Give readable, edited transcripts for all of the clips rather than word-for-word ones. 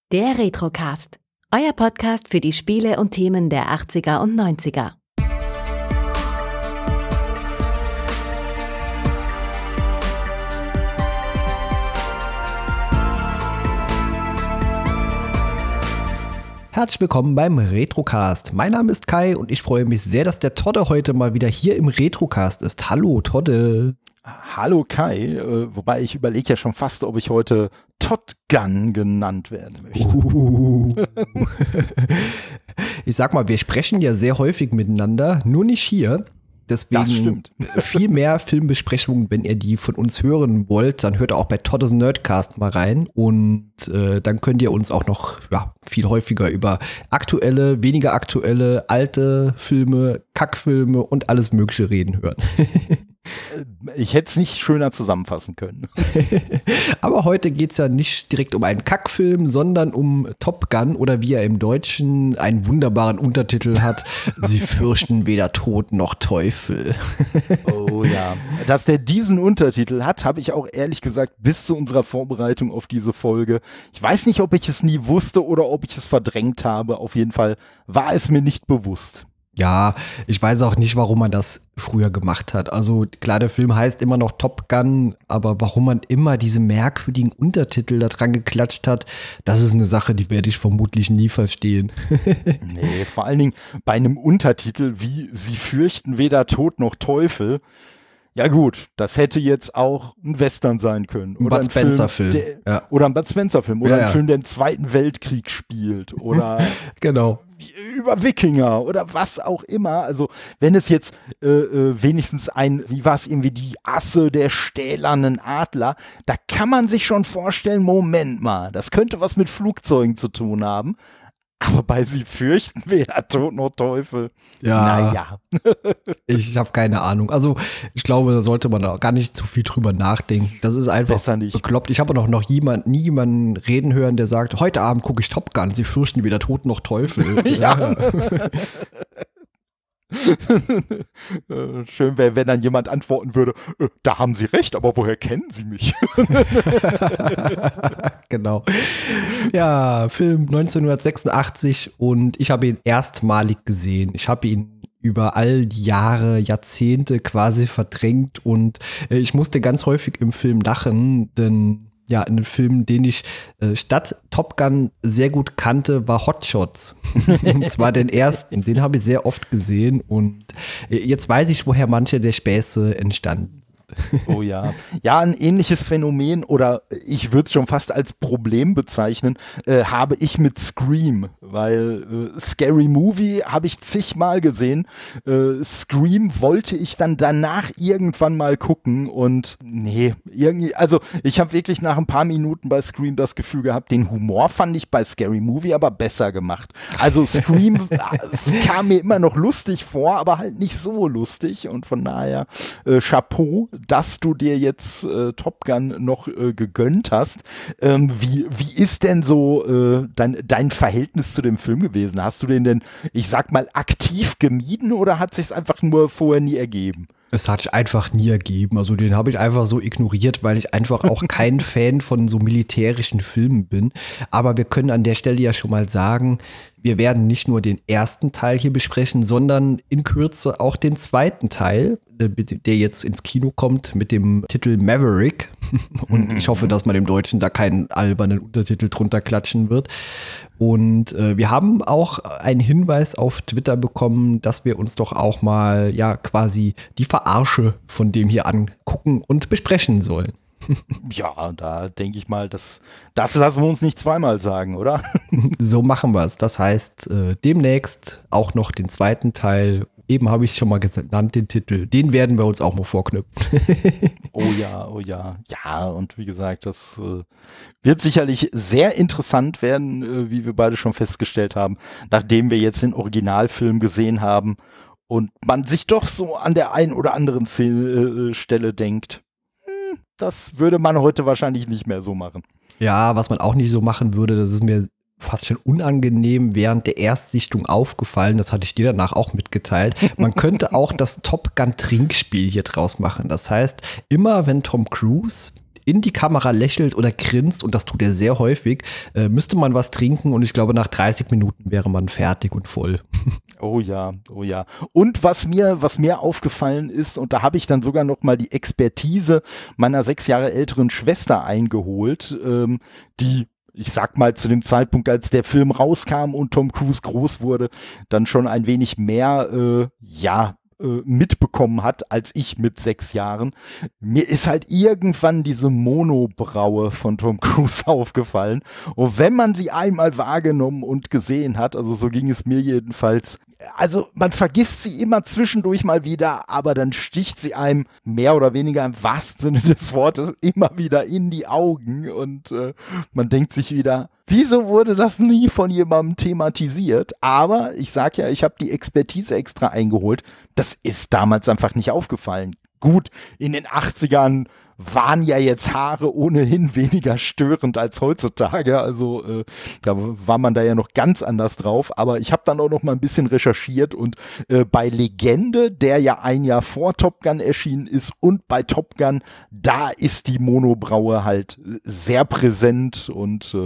Der Retrocast, euer Podcast für die Spiele und Themen der 80er und 90er. Herzlich willkommen beim Retrocast. Mein Name ist Kai und ich freue mich sehr, dass der Todde heute mal wieder hier im Retrocast ist. Hallo Todde. Hallo Kai, wobei ich überlege ja schon fast, ob ich heute Todd Gunn genannt werden möchte. Ich sag mal, wir sprechen ja sehr häufig miteinander, nur nicht hier. Deswegen Das stimmt. Viel mehr Filmbesprechungen, wenn ihr die von uns hören wollt, dann hört ihr auch bei Toddes Nerdcast mal rein und dann könnt ihr uns auch noch viel häufiger über aktuelle, weniger aktuelle, alte Filme, Kackfilme und alles Mögliche reden hören. Ich hätte es nicht schöner zusammenfassen können. Aber heute geht es ja nicht direkt um einen Kackfilm, sondern um Top Gun oder wie er im Deutschen einen wunderbaren Untertitel hat, Sie fürchten weder Tod noch Teufel. Oh ja, dass der diesen Untertitel hat, habe ich auch ehrlich gesagt bis zu unserer Vorbereitung auf diese Folge. Ich weiß nicht, ob ich es nie wusste oder ob ich es verdrängt habe. Auf jeden Fall war es mir nicht bewusst. Ja, ich weiß auch nicht, warum man das früher gemacht hat. Also klar, der Film heißt immer noch Top Gun, aber warum man immer diese merkwürdigen Untertitel da dran geklatscht hat, das ist eine Sache, die werde ich vermutlich nie verstehen. Nee, vor allen Dingen bei einem Untertitel wie Sie fürchten weder Tod noch Teufel. Ja gut, das hätte jetzt auch ein Western sein können. Oder ein Bud Spencer-Film. Oder ein Bud Spencer-Film. Oder Ja. ein Film, der im Zweiten Weltkrieg spielt. Oder Genau. über Wikinger oder was auch immer. Also wenn es jetzt wenigstens wie war es irgendwie, die Asse der stählernen Adler, da kann man sich schon vorstellen, Moment mal, das könnte was mit Flugzeugen zu tun haben. Aber bei Sie fürchten weder Tod noch Teufel. Ja. Naja. Ich habe keine Ahnung. Also ich glaube, da sollte man auch gar nicht zu viel drüber nachdenken. Das ist einfach Besser nicht. bekloppt. Ich habe noch nie jemanden reden hören, der sagt, heute Abend gucke ich Top Gun, Sie fürchten weder Tod noch Teufel. Ja. Schön wäre, wenn dann jemand antworten würde, da haben Sie recht, aber woher kennen Sie mich? Genau. Ja, Film 1986 und ich habe ihn erstmalig gesehen. Ich habe ihn über all die Jahre, Jahrzehnte quasi verdrängt und ich musste ganz häufig im Film lachen, denn ja, ein Film, den ich statt Top Gun sehr gut kannte, war Hot Shots. Und zwar den ersten, den habe ich sehr oft gesehen und jetzt weiß ich, woher manche der Späße entstanden. Oh ja. Ja, ein ähnliches Phänomen oder ich würde es schon fast als Problem bezeichnen, habe ich mit Scream, weil Scary Movie habe ich zigmal gesehen. Scream wollte ich dann danach irgendwann mal gucken und nee, irgendwie, also ich habe wirklich nach ein paar Minuten bei Scream das Gefühl gehabt, den Humor fand ich bei Scary Movie aber besser gemacht. Also Scream kam mir immer noch lustig vor, aber halt nicht so lustig und von daher Chapeau, dass du dir jetzt Top Gun noch gegönnt hast. Wie ist denn so dein Verhältnis zu dem Film gewesen? Hast du den denn, ich sag mal, aktiv gemieden oder hat sich's einfach nur vorher nie ergeben? Es hat sich einfach nie ergeben. Also den habe ich einfach so ignoriert, weil ich einfach auch kein Fan von so militärischen Filmen bin. Aber wir können an der Stelle ja schon mal sagen, wir werden nicht nur den ersten Teil hier besprechen, sondern in Kürze auch den zweiten Teil, der jetzt ins Kino kommt mit dem Titel Maverick. Und ich hoffe, dass man im Deutschen da keinen albernen Untertitel drunter klatschen wird. Und wir haben auch einen Hinweis auf Twitter bekommen, dass wir uns doch auch mal quasi die Verarsche von dem hier angucken und besprechen sollen. Ja, da denke ich mal, das lassen wir uns nicht zweimal sagen, oder? So machen wir es. Das heißt, demnächst auch noch den zweiten Teil. Eben habe ich schon mal genannt, den Titel. Den werden wir uns auch mal vorknüpfen. Oh ja, oh ja. Ja, und wie gesagt, das wird sicherlich sehr interessant werden, wie wir beide schon festgestellt haben, nachdem wir jetzt den Originalfilm gesehen haben und man sich doch so an der einen oder anderen Stelle denkt, das würde man heute wahrscheinlich nicht mehr so machen. Ja, was man auch nicht so machen würde, das ist mir fast schon unangenehm während der Erstsichtung aufgefallen. Das hatte ich dir danach auch mitgeteilt. Man könnte auch das Top Gun Trinkspiel hier draus machen. Das heißt, immer wenn Tom Cruise in die Kamera lächelt oder grinst, und das tut er sehr häufig, müsste man was trinken, und ich glaube, nach 30 Minuten wäre man fertig und voll. Oh ja, oh ja. Und was mir aufgefallen ist, und da habe ich dann sogar noch mal die Expertise meiner 6 Jahre älteren Schwester eingeholt, die, ich sag mal, zu dem Zeitpunkt, als der Film rauskam und Tom Cruise groß wurde, dann schon ein wenig mehr, mitbekommen hat, als ich mit 6 Jahren. Mir ist halt irgendwann diese Monobraue von Tom Cruise aufgefallen. Und wenn man sie einmal wahrgenommen und gesehen hat, also so ging es mir jedenfalls, also man vergisst sie immer zwischendurch mal wieder, aber dann sticht sie einem mehr oder weniger im wahrsten Sinne des Wortes immer wieder in die Augen, und man denkt sich wieder, wieso wurde das nie von jemandem thematisiert? Aber ich sag ja, ich habe die Expertise extra eingeholt. Das ist damals einfach nicht aufgefallen. Gut, in den 80ern waren ja jetzt Haare ohnehin weniger störend als heutzutage. Also da war man da ja noch ganz anders drauf. Aber ich habe dann auch noch mal ein bisschen recherchiert, und bei Legende, der ja ein Jahr vor Top Gun erschienen ist, und bei Top Gun, da ist die Monobraue halt sehr präsent und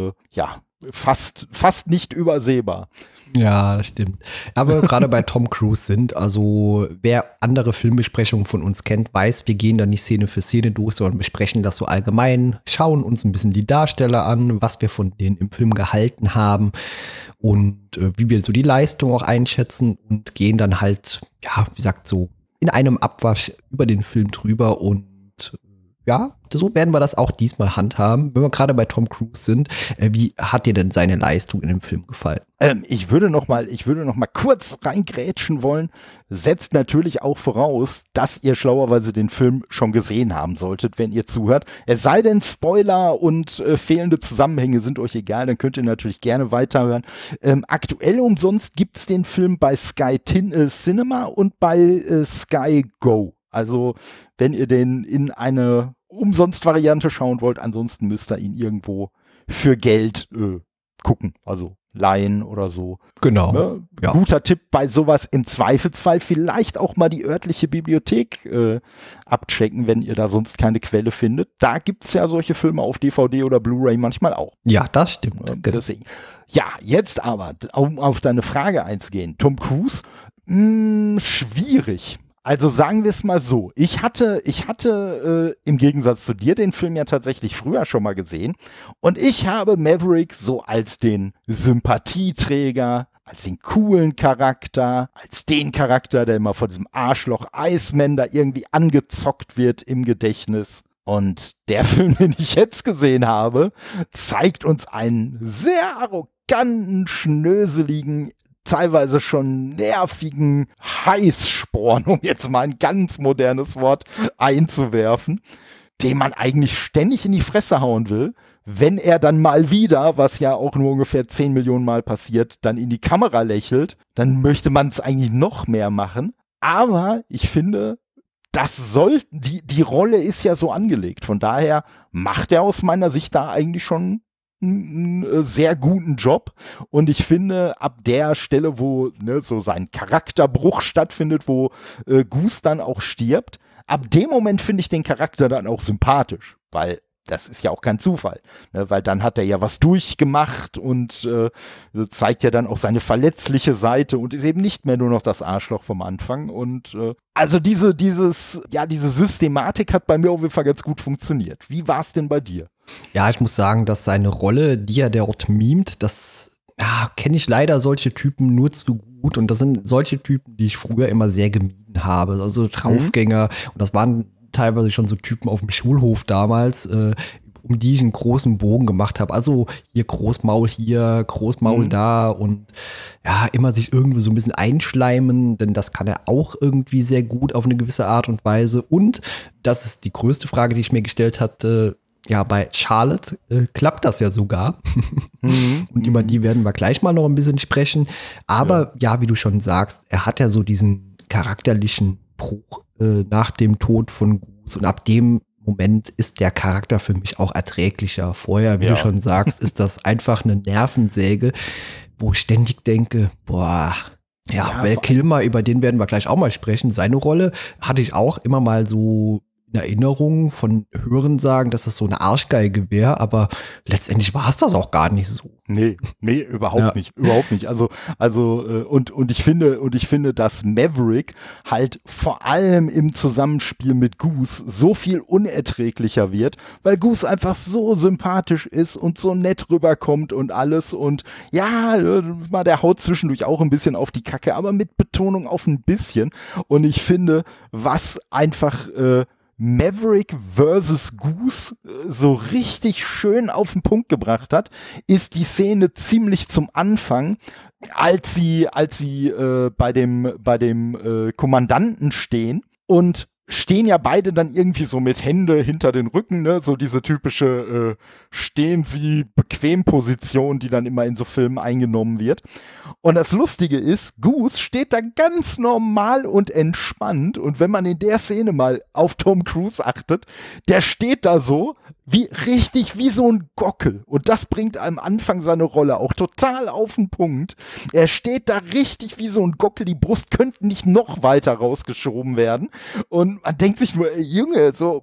fast nicht übersehbar. Ja, das stimmt. Aber gerade bei Tom Cruise sind, also wer andere Filmbesprechungen von uns kennt, weiß, wir gehen da nicht Szene für Szene durch, sondern besprechen das so allgemein, schauen uns ein bisschen die Darsteller an, was wir von denen im Film gehalten haben und wie wir so die Leistung auch einschätzen, und gehen dann halt, ja, wie gesagt, so in einem Abwasch über den Film drüber, und ja, so werden wir das auch diesmal handhaben, wenn wir gerade bei Tom Cruise sind. Wie hat dir denn seine Leistung in dem Film gefallen? Ich würde noch mal kurz reingrätschen wollen. Setzt natürlich auch voraus, dass ihr schlauerweise den Film schon gesehen haben solltet, wenn ihr zuhört. Es sei denn, Spoiler und fehlende Zusammenhänge sind euch egal, dann könnt ihr natürlich gerne weiterhören. Aktuell umsonst gibt's den Film bei Sky Cinema und bei Sky Go. Also, wenn ihr den in eine Umsonst-Variante schauen wollt, ansonsten müsst ihr ihn irgendwo für Geld gucken, also leihen oder so. Genau. Ne? Ja. Guter Tipp bei sowas, im Zweifelsfall vielleicht auch mal die örtliche Bibliothek abchecken, wenn ihr da sonst keine Quelle findet. Da gibt's ja solche Filme auf DVD oder Blu-ray manchmal auch. Ja, das stimmt. Deswegen. Ja, jetzt aber, um auf deine Frage einzugehen. Tom Cruise, schwierig. Also sagen wir es mal so, ich hatte im Gegensatz zu dir den Film ja tatsächlich früher schon mal gesehen, und ich habe Maverick so als den Sympathieträger, als den coolen Charakter, als den Charakter, der immer von diesem Arschloch Iceman da irgendwie angezockt wird im Gedächtnis. Und der Film, den ich jetzt gesehen habe, zeigt uns einen sehr arroganten, schnöseligen, teilweise schon nervigen Heißsporn, um jetzt mal ein ganz modernes Wort einzuwerfen, den man eigentlich ständig in die Fresse hauen will, wenn er dann mal wieder, was ja auch nur ungefähr 10 Millionen Mal passiert, dann in die Kamera lächelt, dann möchte man es eigentlich noch mehr machen. Aber ich finde, die Rolle ist ja so angelegt. Von daher macht er aus meiner Sicht da eigentlich schon einen sehr guten Job, und ich finde, ab der Stelle, wo so sein Charakterbruch stattfindet, wo Goose dann auch stirbt, ab dem Moment finde ich den Charakter dann auch sympathisch, weil das ist ja auch kein Zufall, ne? Weil dann hat er ja was durchgemacht und zeigt ja dann auch seine verletzliche Seite und ist eben nicht mehr nur noch das Arschloch vom Anfang. Und also diese Systematik hat bei mir auf jeden Fall ganz gut funktioniert. Wie war es denn bei dir? Ja, ich muss sagen, dass seine Rolle, die er dort mimt, das kenne ich leider solche Typen nur zu gut, und das sind solche Typen, die ich früher immer sehr gemieden habe, also Draufgänger, und das waren teilweise schon so Typen auf dem Schulhof damals, um die ich einen großen Bogen gemacht habe. Also hier Großmaul da, und ja, immer sich irgendwie so ein bisschen einschleimen, denn das kann er auch irgendwie sehr gut auf eine gewisse Art und Weise. Und das ist die größte Frage, die ich mir gestellt hatte. Ja, bei Charlotte klappt das ja sogar. Und über die werden wir gleich mal noch ein bisschen sprechen. Aber ja, wie du schon sagst, er hat ja so diesen charakterlichen Bruch nach dem Tod von Goose. Und ab dem Moment ist der Charakter für mich auch erträglicher. Vorher, wie du schon sagst, ist das einfach eine Nervensäge, wo ich ständig denke, boah, Val Kilmer, über den werden wir gleich auch mal sprechen. Seine Rolle hatte ich auch immer mal so in Erinnerung von Hörensagen, dass das so eine Arschgeige wäre, aber letztendlich war es das auch gar nicht so. Nee, überhaupt nicht. Also, und ich finde, dass Maverick halt vor allem im Zusammenspiel mit Goose so viel unerträglicher wird, weil Goose einfach so sympathisch ist und so nett rüberkommt und alles und ja, mal der haut zwischendurch auch ein bisschen auf die Kacke, aber mit Betonung auf ein bisschen. Und ich finde, was einfach Maverick versus Goose so richtig schön auf den Punkt gebracht hat, ist die Szene ziemlich zum Anfang, als sie bei dem Kommandanten stehen und stehen ja beide dann irgendwie so mit Hände hinter den Rücken, ne? So diese typische stehen sie bequem Position, die dann immer in so Filmen eingenommen wird. Und das Lustige ist, Goose steht da ganz normal und entspannt und wenn man in der Szene mal auf Tom Cruise achtet, der steht da so richtig wie so ein Gockel und das bringt am Anfang seine Rolle auch total auf den Punkt. Er steht da richtig wie so ein Gockel, die Brust könnte nicht noch weiter rausgeschoben werden und man denkt sich nur, ey, Junge, so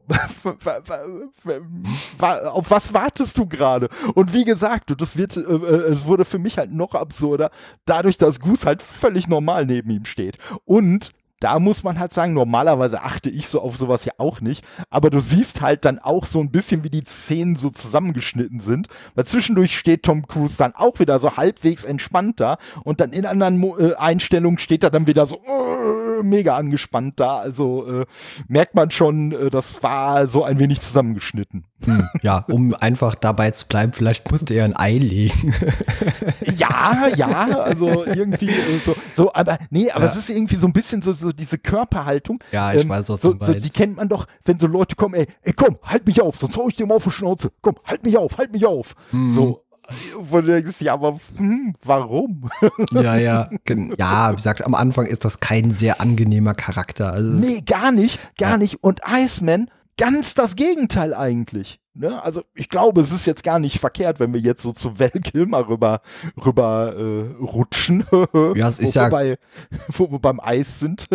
auf was wartest du gerade? Und wie gesagt, es wurde für mich halt noch absurder, dadurch, dass Goose halt völlig normal neben ihm steht. Und da muss man halt sagen, normalerweise achte ich so auf sowas ja auch nicht, aber du siehst halt dann auch so ein bisschen, wie die Szenen so zusammengeschnitten sind, weil zwischendurch steht Tom Cruise dann auch wieder so halbwegs entspannt da und dann in anderen Einstellungen steht er dann wieder so mega angespannt da, also merkt man schon, das war so ein wenig zusammengeschnitten. Ja, um einfach dabei zu bleiben, vielleicht musste er ein Ei legen. Ja, also irgendwie aber es ist irgendwie so ein bisschen so diese Körperhaltung. Ja, ich weiß, was du meinst. Die kennt man doch, wenn so Leute kommen, ey, komm, halt mich auf, sonst hau ich dir mal auf die Schnauze. Komm, halt mich auf. So, wo du denkst, ja, aber warum? Ja, ja, wie gesagt, am Anfang ist das kein sehr angenehmer Charakter. Also nee, gar nicht. Und Iceman, ganz das Gegenteil eigentlich. Ne? Also ich glaube, es ist jetzt gar nicht verkehrt, wenn wir jetzt so zu Val Kilmer rüber rutschen. Ja, es ist wo wir beim Eis sind.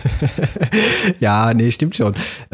Ja, nee, stimmt schon.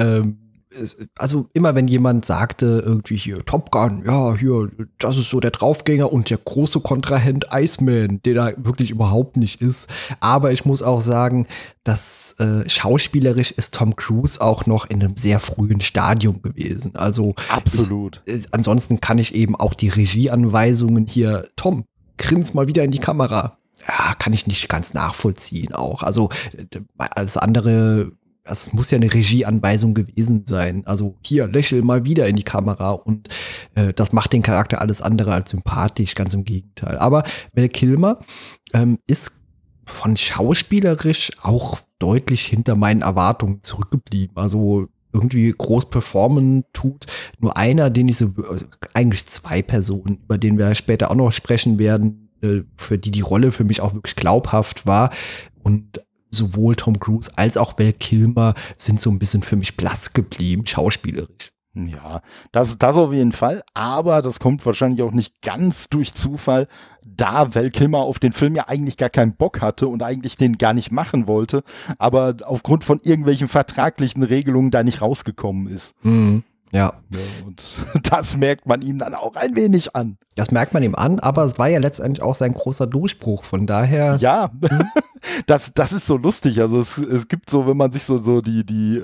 Also immer wenn jemand sagte, irgendwie hier Top Gun, ja, hier, das ist so der Draufgänger und der große Kontrahent Iceman, der da wirklich überhaupt nicht ist. Aber ich muss auch sagen, dass schauspielerisch ist Tom Cruise auch noch in einem sehr frühen Stadium gewesen. Also absolut. Ansonsten kann ich eben auch die Regieanweisungen hier, Tom, grins mal wieder in die Kamera. Ja, kann ich nicht ganz nachvollziehen auch. Also alles andere. Das muss ja eine Regieanweisung gewesen sein. Also hier, lächel mal wieder in die Kamera und das macht den Charakter alles andere als sympathisch, ganz im Gegenteil. Aber Val Kilmer ist von schauspielerisch auch deutlich hinter meinen Erwartungen zurückgeblieben. Also irgendwie groß performen tut nur einer, eigentlich zwei Personen, über den wir später auch noch sprechen werden, für die Rolle für mich auch wirklich glaubhaft war. Und sowohl Tom Cruise als auch Val Kilmer sind so ein bisschen für mich blass geblieben, schauspielerisch. Ja, das auf jeden Fall, aber das kommt wahrscheinlich auch nicht ganz durch Zufall, da Val Kilmer auf den Film ja eigentlich gar keinen Bock hatte und eigentlich den gar nicht machen wollte, aber aufgrund von irgendwelchen vertraglichen Regelungen da nicht rausgekommen ist. Mhm. Ja. Und das merkt man ihm dann auch ein wenig an. Das merkt man ihm an, aber es war ja letztendlich auch sein großer Durchbruch, von daher. Ja, das ist so lustig. Also es gibt so, wenn man sich so die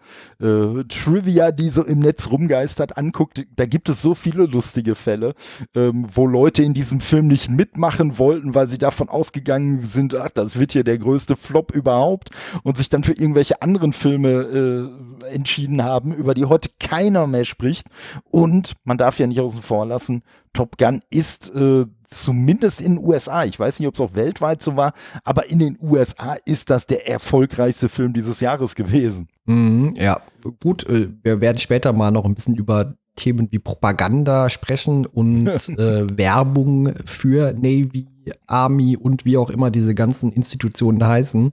Trivia, die so im Netz rumgeistert, anguckt, da gibt es so viele lustige Fälle, wo Leute in diesem Film nicht mitmachen wollten, weil sie davon ausgegangen sind, ach, das wird hier der größte Flop überhaupt und sich dann für irgendwelche anderen Filme entschieden haben, über die heute keiner mehr spricht. Und man darf ja nicht außen vor lassen, Top Gun ist zumindest in den USA, ich weiß nicht, ob es auch weltweit so war, aber in den USA ist das der erfolgreichste Film dieses Jahres gewesen. Ja, gut, wir werden später mal noch ein bisschen über Themen wie Propaganda sprechen und Werbung für Navy, Army und wie auch immer diese ganzen Institutionen heißen.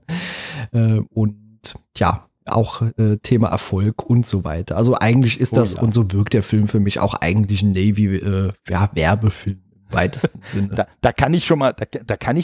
Und ja, auch Thema Erfolg und so weiter. Also eigentlich ist das, und so wirkt der Film für mich auch eigentlich ein Navy-Werbefilm im weitesten Sinne. Da kann ich schon mal,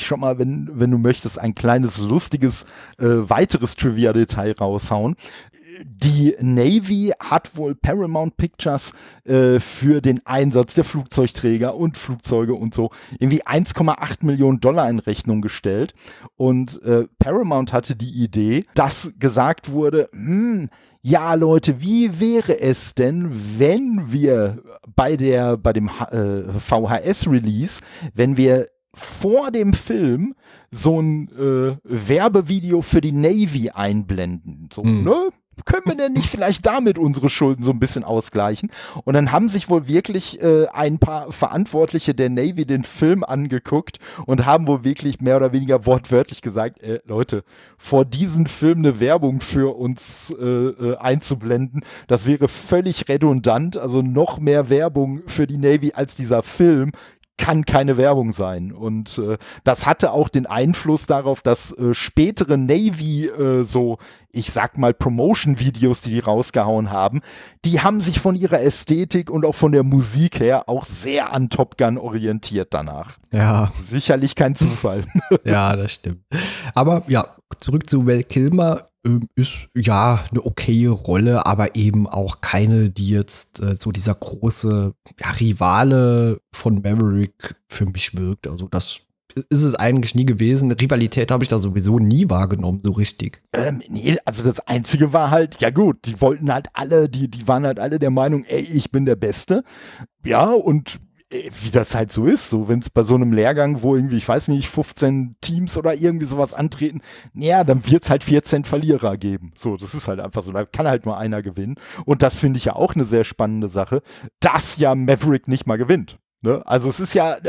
wenn du möchtest, ein kleines, lustiges, weiteres Trivia-Detail raushauen. Die Navy hat wohl Paramount Pictures für den Einsatz der Flugzeugträger und Flugzeuge und so irgendwie 1,8 Millionen Dollar in Rechnung gestellt. Und Paramount hatte die Idee, dass gesagt wurde, ja, Leute, wie wäre es denn, wenn wir bei dem VHS-Release, wenn wir vor dem Film so ein Werbevideo für die Navy einblenden? So, ne? Können wir denn nicht vielleicht damit unsere Schulden so ein bisschen ausgleichen? Und dann haben sich wohl wirklich ein paar Verantwortliche der Navy den Film angeguckt und haben wohl wirklich mehr oder weniger wortwörtlich gesagt, Leute, vor diesem Film eine Werbung für uns einzublenden, das wäre völlig redundant, also noch mehr Werbung für die Navy als dieser Film kann keine Werbung sein. Und das hatte auch den Einfluss darauf, dass spätere Navy ich sag mal, Promotion-Videos, die rausgehauen haben, die haben sich von ihrer Ästhetik und auch von der Musik her auch sehr an Top Gun orientiert danach. Ja. Sicherlich kein Zufall. Ja, das stimmt. Aber ja, zurück zu Val Kilmer. Ist ja eine okaye Rolle, aber eben auch keine, die jetzt so dieser große Rivale von Maverick für mich wirkt. Also das ist es eigentlich nie gewesen. Rivalität habe ich da sowieso nie wahrgenommen, so richtig. Nee, also das Einzige war halt, ja gut, die wollten halt alle, die waren halt alle der Meinung, ey, ich bin der Beste. Ja, und wie das halt so ist, so wenn es bei so einem Lehrgang, wo irgendwie, ich weiß nicht, 15 Teams oder irgendwie sowas antreten, ja, dann wird es halt 14 Verlierer geben. So, das ist halt einfach so, da kann halt nur einer gewinnen. Und das finde ich ja auch eine sehr spannende Sache, dass ja Maverick nicht mal gewinnt. Ne? Also es ist ja,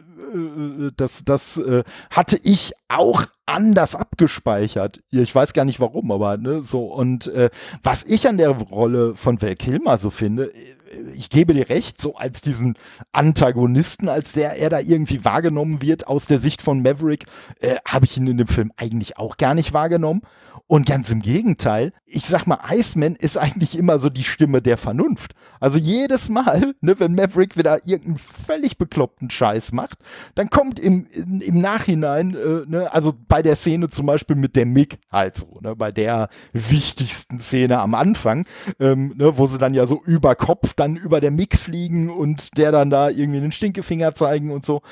das hatte ich auch anders abgespeichert. Ich weiß gar nicht warum, aber ne, so. Und was ich an der Rolle von Val Kilmer so finde, ich gebe dir recht, so als diesen Antagonisten, als er da irgendwie wahrgenommen wird aus der Sicht von Maverick, habe ich ihn in dem Film eigentlich auch gar nicht wahrgenommen. Und ganz im Gegenteil, ich sag mal, Iceman ist eigentlich immer so die Stimme der Vernunft. Also jedes Mal, ne, wenn Maverick wieder irgendeinen völlig bekloppten Scheiß macht, dann kommt im Nachhinein, ne, also bei der Szene zum Beispiel mit der MiG halt so, ne, bei der wichtigsten Szene am Anfang, ne, wo sie dann ja so über Kopf dann über der MiG fliegen und der dann da irgendwie den Stinkefinger zeigen und so,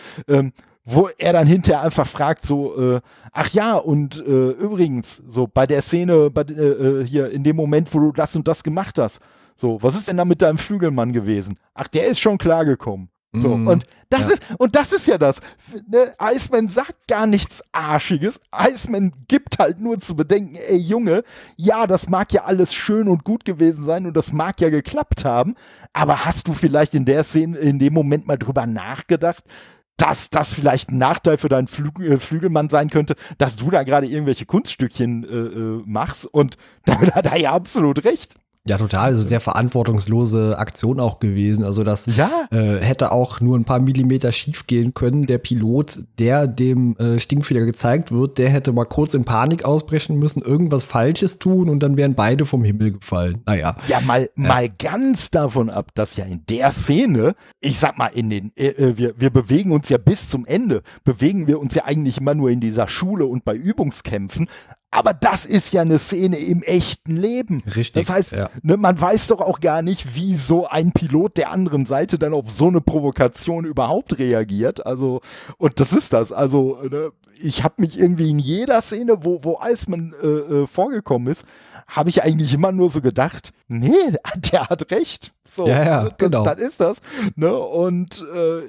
wo er dann hinterher einfach fragt so, ach ja, und übrigens, so bei der Szene, hier in dem Moment, wo du das und das gemacht hast, so, was ist denn da mit deinem Flügelmann gewesen? Ach, der ist schon klargekommen. So, und das ist ja das. Ne? Iceman sagt gar nichts Arschiges. Iceman gibt halt nur zu bedenken, ey Junge, ja, das mag ja alles schön und gut gewesen sein und das mag ja geklappt haben, aber hast du vielleicht in der Szene, in dem Moment mal drüber nachgedacht, dass das vielleicht ein Nachteil für deinen Flügelmann sein könnte, dass du da gerade irgendwelche Kunststückchen machst, und damit hat er ja absolut recht. Ja, total. Also sehr verantwortungslose Aktion auch gewesen. Also das hätte auch nur ein paar Millimeter schief gehen können. Der Pilot, der dem Stinkfeder gezeigt wird, der hätte mal kurz in Panik ausbrechen müssen, irgendwas Falsches tun und dann wären beide vom Himmel gefallen. Naja. Ja, mal ganz davon ab, dass ja in der Szene, ich sag mal, wir bewegen uns ja bis zum Ende, bewegen wir uns ja eigentlich immer nur in dieser Schule und bei Übungskämpfen. Aber das ist ja eine Szene im echten Leben. Richtig. Das heißt, ne, man weiß doch auch gar nicht, wie so ein Pilot der anderen Seite dann auf so eine Provokation überhaupt reagiert. Also, und das ist das. Also, ne, ich habe mich irgendwie in jeder Szene, wo Iceman vorgekommen ist, habe ich eigentlich immer nur so gedacht, nee, der hat recht. So, ja, genau. Das ist das. Ne? Und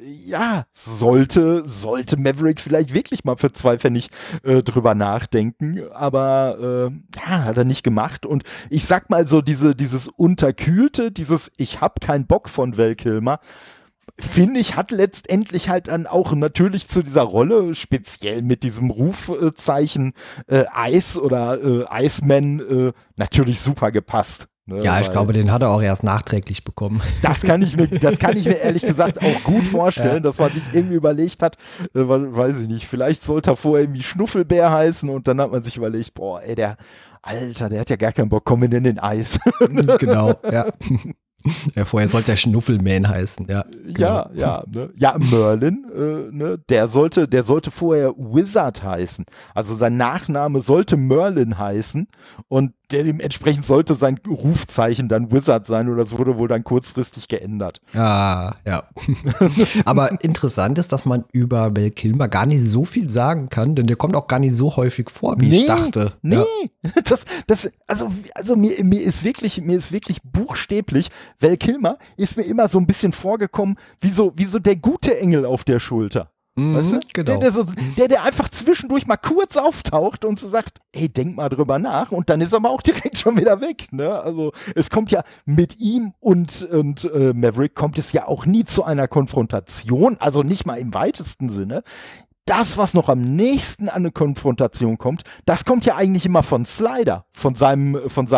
sollte Maverick vielleicht wirklich mal für 2 Pfennig drüber nachdenken, aber hat er nicht gemacht. Und ich sag mal so, dieses Unterkühlte, ich hab keinen Bock von Val Kilmer, finde ich, hat letztendlich halt dann auch natürlich zu dieser Rolle, speziell mit diesem Rufzeichen Ice oder Iceman, natürlich super gepasst. Ne, ja, ich glaube, den hat er auch erst nachträglich bekommen. Das kann ich mir ehrlich gesagt auch gut vorstellen, dass man sich irgendwie überlegt hat, weiß ich nicht, vielleicht sollte er vorher irgendwie Schnuffelbär heißen und dann hat man sich überlegt, boah, ey, der Alter, der hat ja gar keinen Bock, komm in den Eis. Genau, ja. Ja, vorher sollte er Schnuffelman heißen, ja. Genau. Ja, ne? Ja, Merlin, ne? Der sollte vorher Wizard heißen. Also sein Nachname sollte Merlin heißen und dementsprechend sollte sein Rufzeichen dann Wizard sein oder das wurde wohl dann kurzfristig geändert. Ah, ja. Aber interessant ist, dass man über Val Kilmer gar nicht so viel sagen kann, denn der kommt auch gar nicht so häufig vor, wie ich dachte. Nee, ja. Also mir ist wirklich buchstäblich, Val Kilmer ist mir immer so ein bisschen vorgekommen, wie so der gute Engel auf der Schulter. Weißt du? Genau. Der einfach zwischendurch mal kurz auftaucht und so sagt, ey, denk mal drüber nach und dann ist er aber auch direkt schon wieder weg. Ne? Also es kommt ja mit ihm und Maverick kommt es ja auch nie zu einer Konfrontation, also nicht mal im weitesten Sinne. Das, was noch am nächsten an eine Konfrontation kommt, das kommt ja eigentlich immer von Slider, von seinem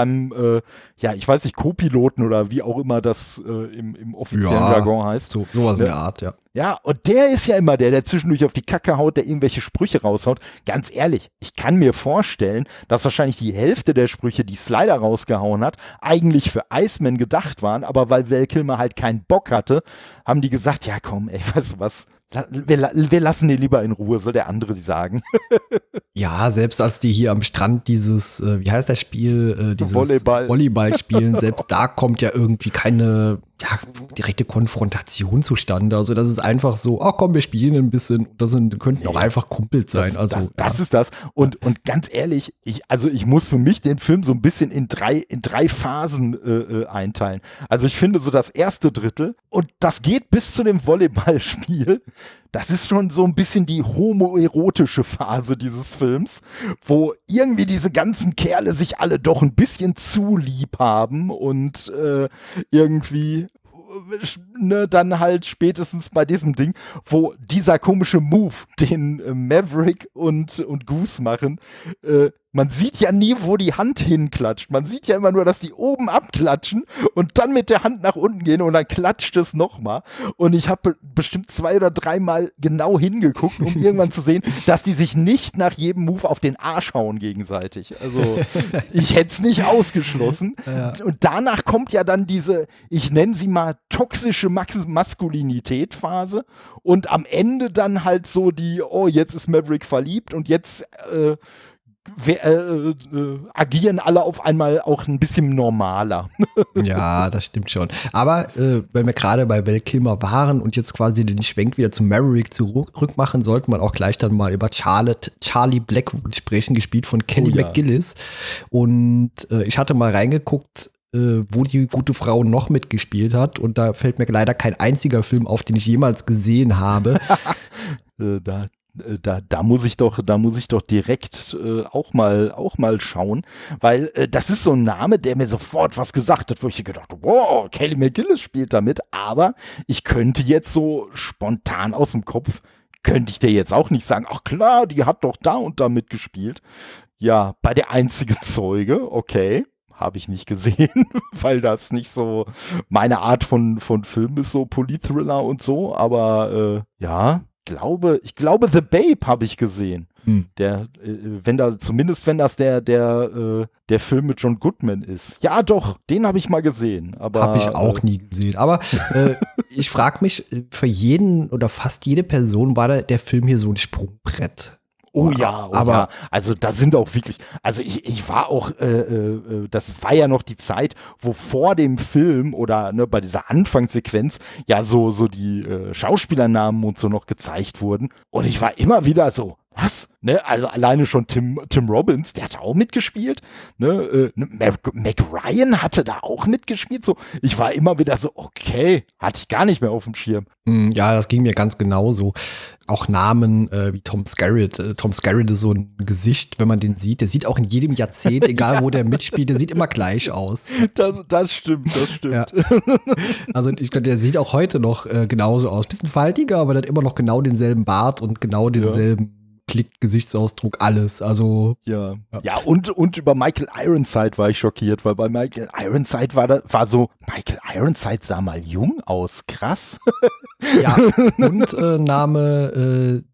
ja, ich weiß nicht, Co-Piloten oder wie auch immer das im offiziellen Jargon heißt. Sowas in der Art, ja. Ja, und der ist ja immer der zwischendurch auf die Kacke haut, der irgendwelche Sprüche raushaut. Ganz ehrlich, ich kann mir vorstellen, dass wahrscheinlich die Hälfte der Sprüche, die Slider rausgehauen hat, eigentlich für Iceman gedacht waren, aber weil Val Kilmer halt keinen Bock hatte, haben die gesagt, ja komm, ey, weißt du was, wir lassen den lieber in Ruhe, soll der andere die sagen. Ja, selbst als die hier am Strand dieses, wie heißt das Spiel, dieses Volleyball spielen, selbst da kommt ja irgendwie keine direkte Konfrontation zustande. Also das ist einfach so, ach komm, wir spielen ein bisschen, könnten auch einfach Kumpels sein. Das ist das. Und ganz ehrlich, ich muss für mich den Film so ein bisschen in drei Phasen einteilen. Also ich finde so das erste Drittel, und das geht bis zu dem Volleyballspiel, das ist schon so ein bisschen die homoerotische Phase dieses Films, wo irgendwie diese ganzen Kerle sich alle doch ein bisschen zu lieb haben und irgendwie dann halt spätestens bei diesem Ding, wo dieser komische Move, den Maverick und Goose machen, man sieht ja nie, wo die Hand hinklatscht. Man sieht ja immer nur, dass die oben abklatschen und dann mit der Hand nach unten gehen und dann klatscht es nochmal. Und ich habe bestimmt 2 oder 3 Mal genau hingeguckt, um irgendwann zu sehen, dass die sich nicht nach jedem Move auf den Arsch hauen gegenseitig. Also ich hätte es nicht ausgeschlossen. Ja. Und danach kommt ja dann diese, ich nenne sie mal toxische Maskulinität-Phase und am Ende dann halt so die, oh, jetzt ist Maverick verliebt und jetzt agieren alle auf einmal auch ein bisschen normaler. Ja, das stimmt schon. Aber wenn wir gerade bei Val Kilmer waren und jetzt quasi den Schwenk wieder zu Maverick zurück machen, sollte man auch gleich dann mal über Charlie Blackwood sprechen, gespielt von Kelly McGillis. Und ich hatte mal reingeguckt, wo die gute Frau noch mitgespielt hat, und da fällt mir leider kein einziger Film auf, den ich jemals gesehen habe. Da muss ich doch direkt auch mal schauen, weil das ist so ein Name, der mir sofort was gesagt hat, wo ich gedacht habe, wow, Kelly McGillis spielt da mit, aber ich könnte jetzt so spontan aus dem Kopf, könnte ich dir jetzt auch nicht sagen, ach klar, die hat doch da und da mitgespielt. Ja, bei Der einzige Zeuge, okay. Habe ich nicht gesehen, weil das nicht so meine Art von Film ist, so Politthriller und so, aber ich glaube The Babe habe ich gesehen. Der, wenn das der Film mit John Goodman ist. Ja, doch, den habe ich mal gesehen. Habe ich auch nie gesehen. Aber ich frage mich, für jeden oder fast jede Person war der Film hier so ein Sprungbrett. Oh ja. Also da sind auch wirklich, also ich war auch, das war ja noch die Zeit, wo vor dem Film oder bei dieser Anfangssequenz ja so die Schauspielernamen und so noch gezeigt wurden. Und ich war immer wieder so, was? Ne? Also alleine schon Tim Robbins, der hat auch mitgespielt. Ne? Meg Ryan hatte da auch mitgespielt. So, ich war immer wieder so, okay, hatte ich gar nicht mehr auf dem Schirm. Ja, das ging mir ganz genauso. Auch Namen wie Tom Skerritt. Tom Skerritt ist so ein Gesicht, wenn man den sieht. Der sieht auch in jedem Jahrzehnt, egal wo der mitspielt, der sieht immer gleich aus. Das stimmt. Ja. Also ich glaube, der sieht auch heute noch genauso aus. Bisschen faltiger, aber der hat immer noch genau denselben Bart und genau denselben Gesichtsausdruck, alles. Also ja, und über Michael Ironside war ich schockiert, weil bei Michael Ironside Michael Ironside sah mal jung aus, krass. Ja, und Name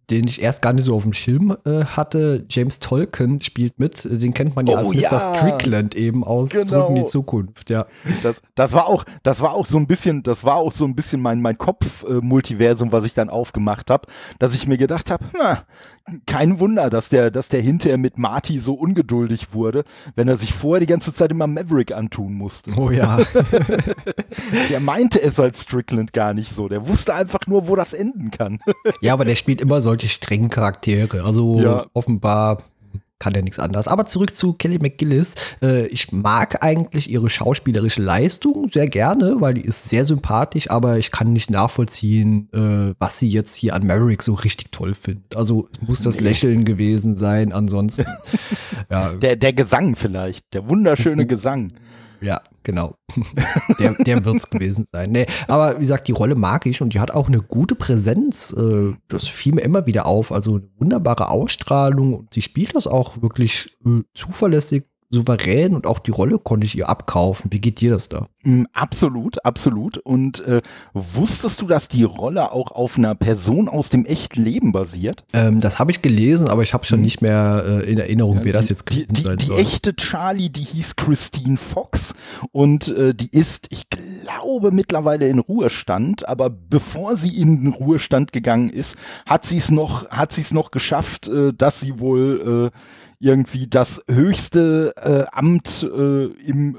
den ich erst gar nicht so auf dem Schirm hatte. James Tolkien spielt mit. Den kennt man ja als Mr. Strickland eben aus Zurück in die Zukunft. Ja. Das war auch so ein bisschen mein Kopf-Multiversum, was ich dann aufgemacht habe, dass ich mir gedacht habe, kein Wunder, dass der hinterher mit Marty so ungeduldig wurde, wenn er sich vorher die ganze Zeit immer Maverick antun musste. Oh ja. Der meinte es als Strickland gar nicht so. Der wusste einfach nur, wo das enden kann. Ja, aber der spielt immer solche strengen Charaktere. Also offenbar kann er nichts anderes. Aber zurück zu Kelly McGillis. Ich mag eigentlich ihre schauspielerische Leistung sehr gerne, weil die ist sehr sympathisch, aber ich kann nicht nachvollziehen, was sie jetzt hier an Maverick so richtig toll findet. Also es muss das Lächeln gewesen sein, ansonsten. Ja. Der Gesang vielleicht, der wunderschöne Gesang. Ja, genau. Der wird's gewesen sein. Nee, aber wie gesagt, die Rolle mag ich und die hat auch eine gute Präsenz. Das fiel mir immer wieder auf. Also eine wunderbare Ausstrahlung und sie spielt das auch wirklich zuverlässig, souverän und auch die Rolle konnte ich ihr abkaufen. Wie geht dir das da? Absolut, absolut. Und wusstest du, dass die Rolle auch auf einer Person aus dem echten Leben basiert? Das habe ich gelesen, aber ich habe schon nicht mehr in Erinnerung, wer das jetzt gewesen sein soll. Die echte Charlie, die hieß Christine Fox und die ist, ich glaube, mittlerweile in Ruhestand, aber bevor sie in den Ruhestand gegangen ist, hat sie es noch geschafft, dass sie wohl irgendwie das höchste Amt im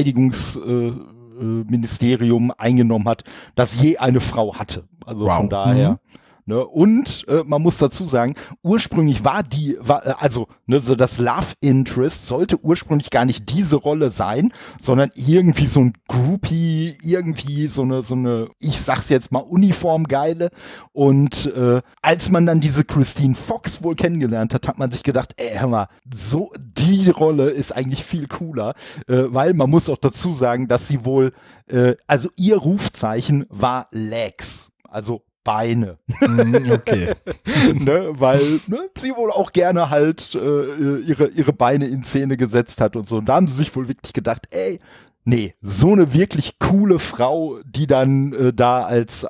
Verteidigungsministerium eingenommen hat, das je eine Frau hatte. Also von daher. Ne? Und man muss dazu sagen, ursprünglich war so das Love Interest sollte ursprünglich gar nicht diese Rolle sein, sondern irgendwie so ein Groupie, irgendwie so eine, ich sag's jetzt mal, Uniformgeile. Und als man dann diese Christine Fox wohl kennengelernt hat, hat man sich gedacht, hör mal, so die Rolle ist eigentlich viel cooler, weil man muss auch dazu sagen, dass sie wohl, also ihr Rufzeichen war Legs, also Beine. Okay. Ne, weil sie wohl auch gerne halt ihre Beine in Szene gesetzt hat und so. Und da haben sie sich wohl wirklich gedacht, nee, so eine wirklich coole Frau, die dann da als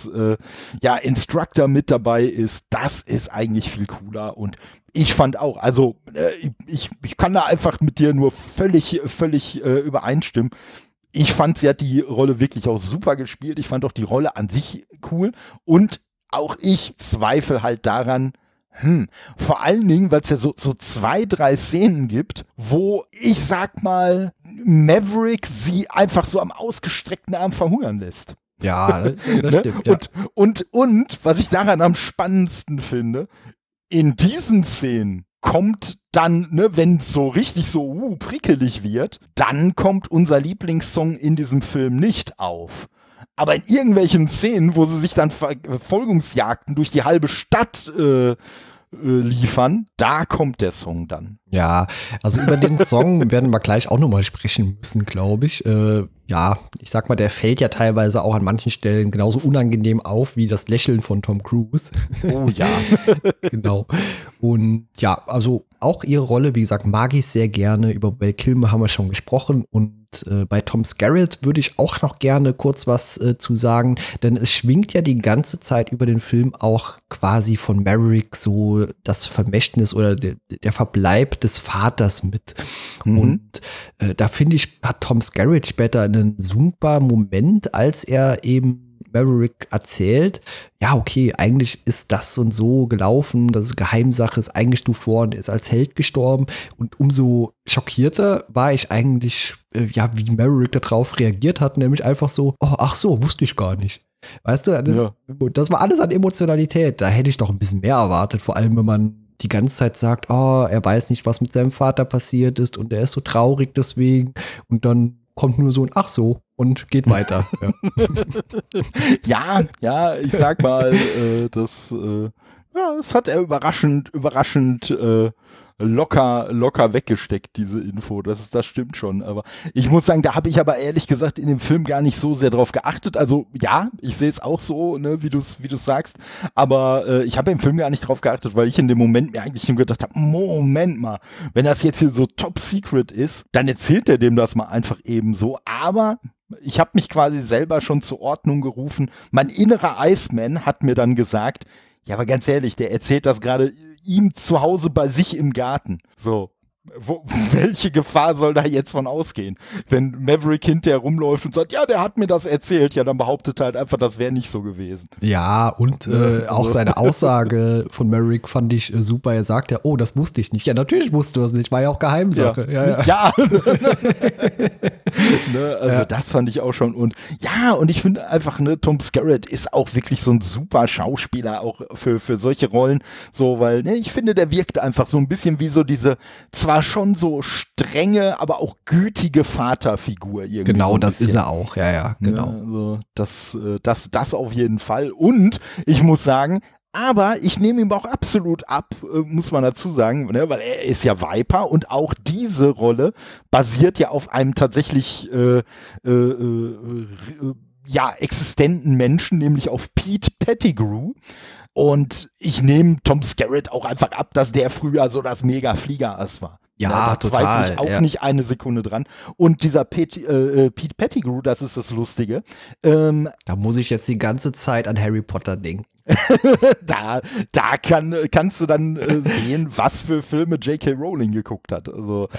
Instructor mit dabei ist, das ist eigentlich viel cooler. Und ich fand auch, also ich kann da einfach mit dir nur völlig übereinstimmen. Ich fand, sie hat die Rolle wirklich auch super gespielt. Ich fand auch die Rolle an sich cool. Und auch ich zweifle halt daran, vor allen Dingen, weil es ja so 2, 3 Szenen gibt, wo ich sag mal, Maverick sie einfach so am ausgestreckten Arm verhungern lässt. Ja, das stimmt. Ja. Und was ich daran am spannendsten finde, in diesen Szenen kommt dann, wenn es so richtig so prickelig wird, dann kommt unser Lieblingssong in diesem Film nicht auf. Aber in irgendwelchen Szenen, wo sie sich dann Verfolgungsjagden durch die halbe Stadt liefern, da kommt der Song dann. Ja, also über den Song werden wir gleich auch nochmal sprechen müssen, glaube ich. Ja, ich sag mal, der fällt ja teilweise auch an manchen Stellen genauso unangenehm auf wie das Lächeln von Tom Cruise. Oh ja. Genau. Und ja, also auch ihre Rolle, wie gesagt, mag ich sehr gerne. Über Val Kilmer haben wir schon gesprochen und bei Tom Skerritt würde ich auch noch gerne kurz was zu sagen, denn es schwingt ja die ganze Zeit über den Film auch quasi von Maverick so das Vermächtnis oder der Verbleib des Vaters mit. Und da finde ich, hat Tom Skerritt später einen super Moment, als er eben Maverick erzählt, ja, okay, eigentlich ist das und so gelaufen, das ist Geheimsache, ist eingestuft worden, ist als Held gestorben und umso schockierter war ich eigentlich, wie Maverick darauf reagiert hat, nämlich einfach so, oh, ach so, wusste ich gar nicht. Weißt du, das war alles an Emotionalität, da hätte ich doch ein bisschen mehr erwartet, vor allem wenn man die ganze Zeit sagt, oh, er weiß nicht, was mit seinem Vater passiert ist und er ist so traurig deswegen und dann kommt nur so ein Ach so und geht weiter. Ja, ich sag mal, das hat er überraschend locker weggesteckt, diese Info. Das stimmt schon. Aber ich muss sagen, da habe ich aber ehrlich gesagt in dem Film gar nicht so sehr drauf geachtet. Also ja, ich sehe es auch so, ne, wie du es sagst. Aber ich habe im Film gar nicht drauf geachtet, weil ich in dem Moment mir eigentlich nur gedacht habe, Moment mal, wenn das jetzt hier so top secret ist, dann erzählt er dem das mal einfach eben so. Aber ich habe mich quasi selber schon zur Ordnung gerufen. Mein innerer Iceman hat mir dann gesagt, Ja, aber ganz ehrlich, der erzählt das gerade ihm zu Hause bei sich im Garten. So. Welche Gefahr soll da jetzt von ausgehen? Wenn Maverick hinterher rumläuft und sagt, ja, der hat mir das erzählt, ja, dann behauptet er halt einfach, das wäre nicht so gewesen. Ja, und auch seine Aussage von Maverick fand ich super. Er sagt ja, oh, das wusste ich nicht. Ja, natürlich wusste du das nicht, war ja auch Geheimsache. Ja. Ne, also das fand ich auch schon. Und ja, und ich finde einfach, ne, Tom Skerritt ist auch wirklich so ein super Schauspieler, auch für solche Rollen. So, weil, ne, ich finde, der wirkt einfach so ein bisschen wie so diese zwar schon so strenge, aber auch gütige Vaterfigur irgendwie. Genau, so das ist er auch, ja, genau. Ne, also das auf jeden Fall. Und ich muss sagen, aber ich nehme ihm auch absolut ab, muss man dazu sagen, ne, weil er ist ja Viper und auch diese Rolle basiert ja auf einem tatsächlich existenten Menschen, nämlich auf Pete Pettigrew. Und ich nehme Tom Skerritt auch einfach ab, dass der früher so das Mega-Fliegerass war. Ja, da total. zweifle ich auch nicht eine Sekunde dran. Und dieser Pete Pettigrew, das ist das Lustige. Da muss ich jetzt die ganze Zeit an Harry Potter denken. Da kannst du dann sehen, was für Filme J.K. Rowling geguckt hat. Also,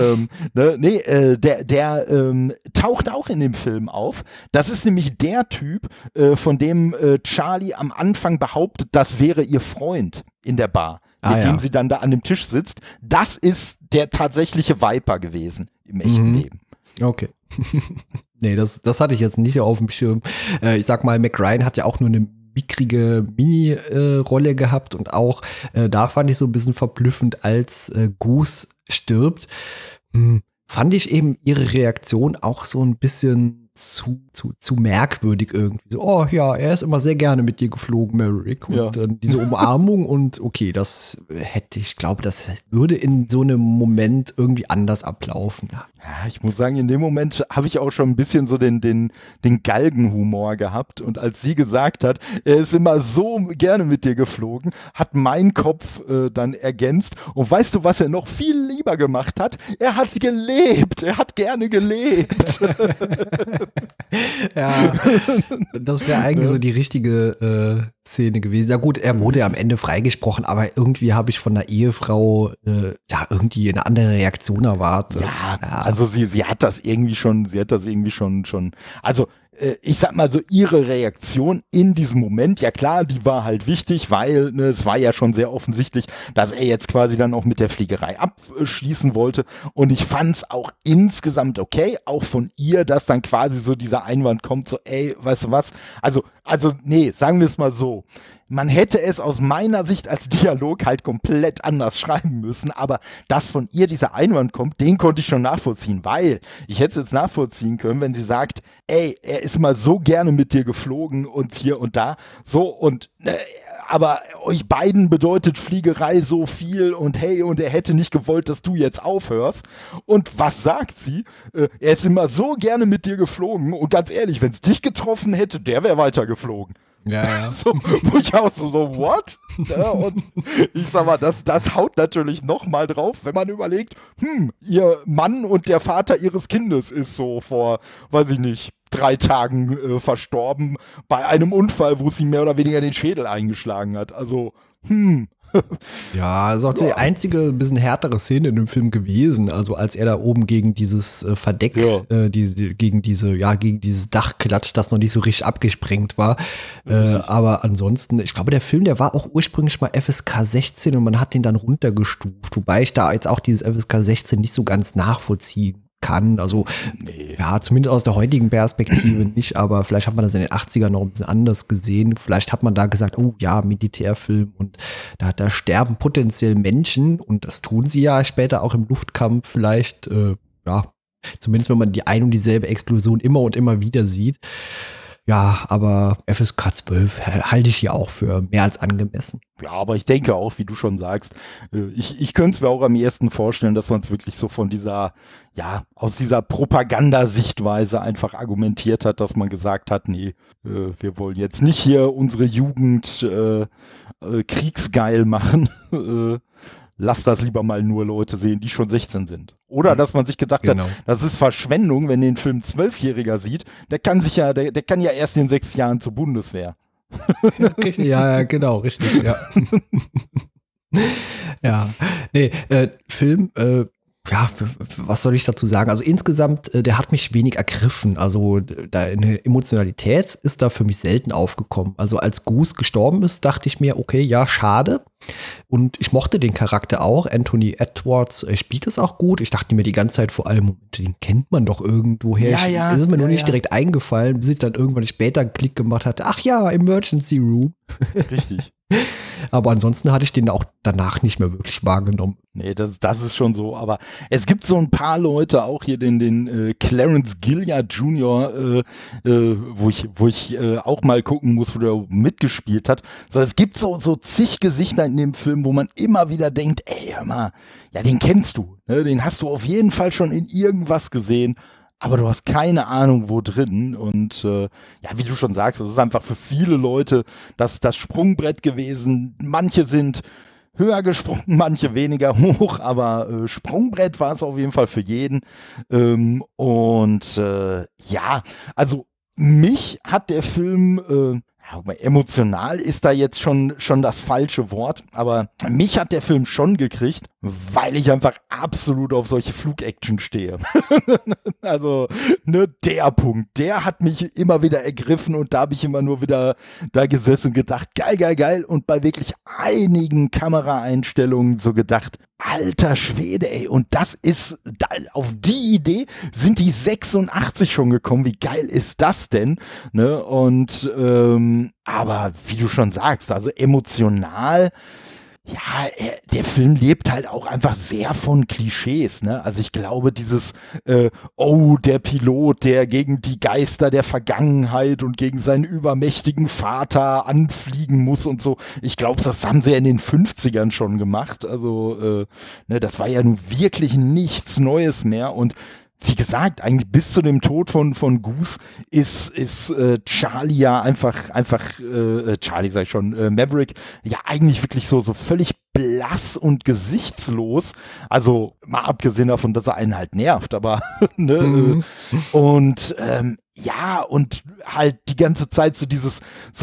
der taucht auch in dem Film auf. Das ist nämlich der Typ, von dem Charlie am Anfang behauptet, das wäre ihr Freund in der Bar, mit dem sie dann da an dem Tisch sitzt. Das ist der tatsächliche Viper gewesen im echten Leben. Okay. Nee, das hatte ich jetzt nicht auf dem Schirm. Ich sag mal, Mac Ryan hat ja auch nur eine mickrige Mini-Rolle gehabt und auch da fand ich so ein bisschen verblüffend, als Goose stirbt, fand ich eben ihre Reaktion auch so ein bisschen zu merkwürdig irgendwie. So, oh ja, er ist immer sehr gerne mit dir geflogen, Maverick. Und dann diese Umarmung und okay, das würde in so einem Moment irgendwie anders ablaufen. Ja, ich muss sagen, in dem Moment habe ich auch schon ein bisschen so den Galgenhumor gehabt. Und als sie gesagt hat, er ist immer so gerne mit dir geflogen, hat mein Kopf dann ergänzt. Und weißt du, was er noch viel lieber gemacht hat? Er hat gelebt. Er hat gerne gelebt. Ja, das wäre eigentlich so die richtige Szene gewesen. Ja gut, er wurde ja am Ende freigesprochen, aber irgendwie habe ich von der Ehefrau irgendwie eine andere Reaktion erwartet. Ja, also sie hat das irgendwie schon, also ich sag mal so, ihre Reaktion in diesem Moment, ja klar, die war halt wichtig, weil es war ja schon sehr offensichtlich, dass er jetzt quasi dann auch mit der Fliegerei abschließen wollte, und ich fand's auch insgesamt okay, auch von ihr, dass dann quasi so dieser Einwand kommt, so ey, weißt du was, also nee, sagen wir es mal so, man hätte es aus meiner Sicht als Dialog halt komplett anders schreiben müssen, aber dass von ihr dieser Einwand kommt, den konnte ich schon nachvollziehen, weil ich hätte es jetzt nachvollziehen können, wenn sie sagt, ey, er ist mal so gerne mit dir geflogen und hier und da, so, und aber euch beiden bedeutet Fliegerei so viel und hey, und er hätte nicht gewollt, dass du jetzt aufhörst. Und was sagt sie? Er ist immer so gerne mit dir geflogen und ganz ehrlich, wenn es dich getroffen hätte, der wäre weiter geflogen. Ja. So, wo ich auch so, what? Ja, und ich sag mal, das haut natürlich nochmal drauf, wenn man überlegt, ihr Mann und der Vater ihres Kindes ist so vor, weiß ich nicht, 3 Tagen verstorben bei einem Unfall, wo sie mehr oder weniger den Schädel eingeschlagen hat. Also, Ja, das ist auch die einzige bisschen härtere Szene in dem Film gewesen. Also als er da oben gegen dieses Verdeck, gegen dieses Dach klatscht, das noch nicht so richtig abgesprengt war. Aber ansonsten, ich glaube, der Film, der war auch ursprünglich mal FSK 16 und man hat den dann runtergestuft. Wobei ich da jetzt auch dieses FSK 16 nicht so ganz nachvollziehen kann. Also, ja, zumindest aus der heutigen Perspektive nicht, aber vielleicht hat man das in den 80ern noch ein bisschen anders gesehen. Vielleicht hat man da gesagt, oh ja, Militärfilm und da sterben potenziell Menschen und das tun sie ja später auch im Luftkampf vielleicht, zumindest wenn man die ein und dieselbe Explosion immer und immer wieder sieht. Ja, aber FSK 12 halte ich hier auch für mehr als angemessen. Ja, aber ich denke auch, wie du schon sagst, ich könnte es mir auch am ehesten vorstellen, dass man es wirklich so von dieser, aus dieser Propagandasichtweise einfach argumentiert hat, dass man gesagt hat, nee, wir wollen jetzt nicht hier unsere Jugend kriegsgeil machen, lass das lieber mal nur Leute sehen, die schon 16 sind. Oder dass man sich gedacht hat, das ist Verschwendung, wenn den Film 12-Jähriger sieht, der kann ja erst in 6 Jahren zur Bundeswehr. Ja, genau, richtig, ja. Ja, nee, Film, ja, was soll ich dazu sagen? Also insgesamt, der hat mich wenig ergriffen. Also da eine Emotionalität ist da für mich selten aufgekommen. Also als Goose gestorben ist, dachte ich mir, okay, ja, schade. Und ich mochte den Charakter auch. Anthony Edwards spielt es auch gut. Ich dachte mir die ganze Zeit vor allem, den kennt man doch irgendwoher. Ja, es ist mir nur nicht direkt eingefallen, bis ich dann irgendwann später einen Klick gemacht hatte. Ach ja, Emergency Room. Richtig. Aber ansonsten hatte ich den auch danach nicht mehr wirklich wahrgenommen. Nee, das ist schon so. Aber es gibt so ein paar Leute, auch hier den Clarence Gilliard Jr., wo ich auch mal gucken muss, wo der mitgespielt hat. So, es gibt so zig Gesichter in dem Film, wo man immer wieder denkt, ey, hör mal, ja, den kennst du. Ne? Den hast du auf jeden Fall schon in irgendwas gesehen. Aber du hast keine Ahnung, wo drin. Und ja, wie du schon sagst, das ist einfach für viele Leute das Sprungbrett gewesen. Manche sind höher gesprungen, manche weniger hoch, aber Sprungbrett war es auf jeden Fall für jeden. Ja, also mich hat der Film emotional ist da jetzt schon das falsche Wort, aber mich hat der Film schon gekriegt, weil ich einfach absolut auf solche Flugaction stehe. Also, ne, der Punkt, der hat mich immer wieder ergriffen und da habe ich immer nur wieder da gesessen und gedacht, geil, geil, geil, und bei wirklich einigen Kameraeinstellungen so gedacht, alter Schwede, ey, und das ist, auf die Idee sind die 86 schon gekommen, wie geil ist das denn, ne, und, aber wie du schon sagst, also emotional, ja, der Film lebt halt auch einfach sehr von Klischees, ne? Also ich glaube, dieses, der Pilot, der gegen die Geister der Vergangenheit und gegen seinen übermächtigen Vater anfliegen muss und so, ich glaube, das haben sie ja in den 50ern schon gemacht. Also, ne, das war ja nun wirklich nichts Neues mehr und wie gesagt, eigentlich bis zu dem Tod von Goose ist Charlie ja einfach Charlie sag ich schon, Maverick, ja eigentlich wirklich so völlig blass und gesichtslos. Also mal abgesehen davon, dass er einen halt nervt, aber ne, und ja, und halt die ganze Zeit so dieses,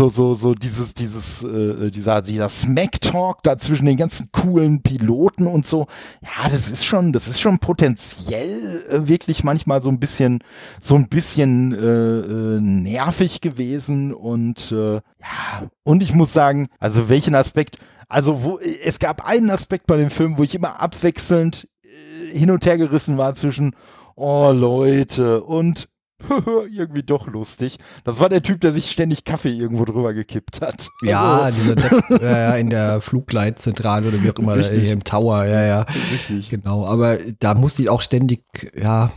dieser Smack-Talk da zwischen den ganzen coolen Piloten und so. Ja, das ist schon potenziell wirklich manchmal so ein bisschen nervig gewesen und ja, und ich muss sagen, also welchen Aspekt, also es gab einen Aspekt bei dem Film, wo ich immer abwechselnd hin und her gerissen war zwischen, oh Leute, und irgendwie doch lustig. Das war der Typ, der sich ständig Kaffee irgendwo drüber gekippt hat. Ja, also, in der Flugleitzentrale oder wie auch immer, hier im Tower, ja. Richtig. Genau, aber da musste ich auch ständig, ja,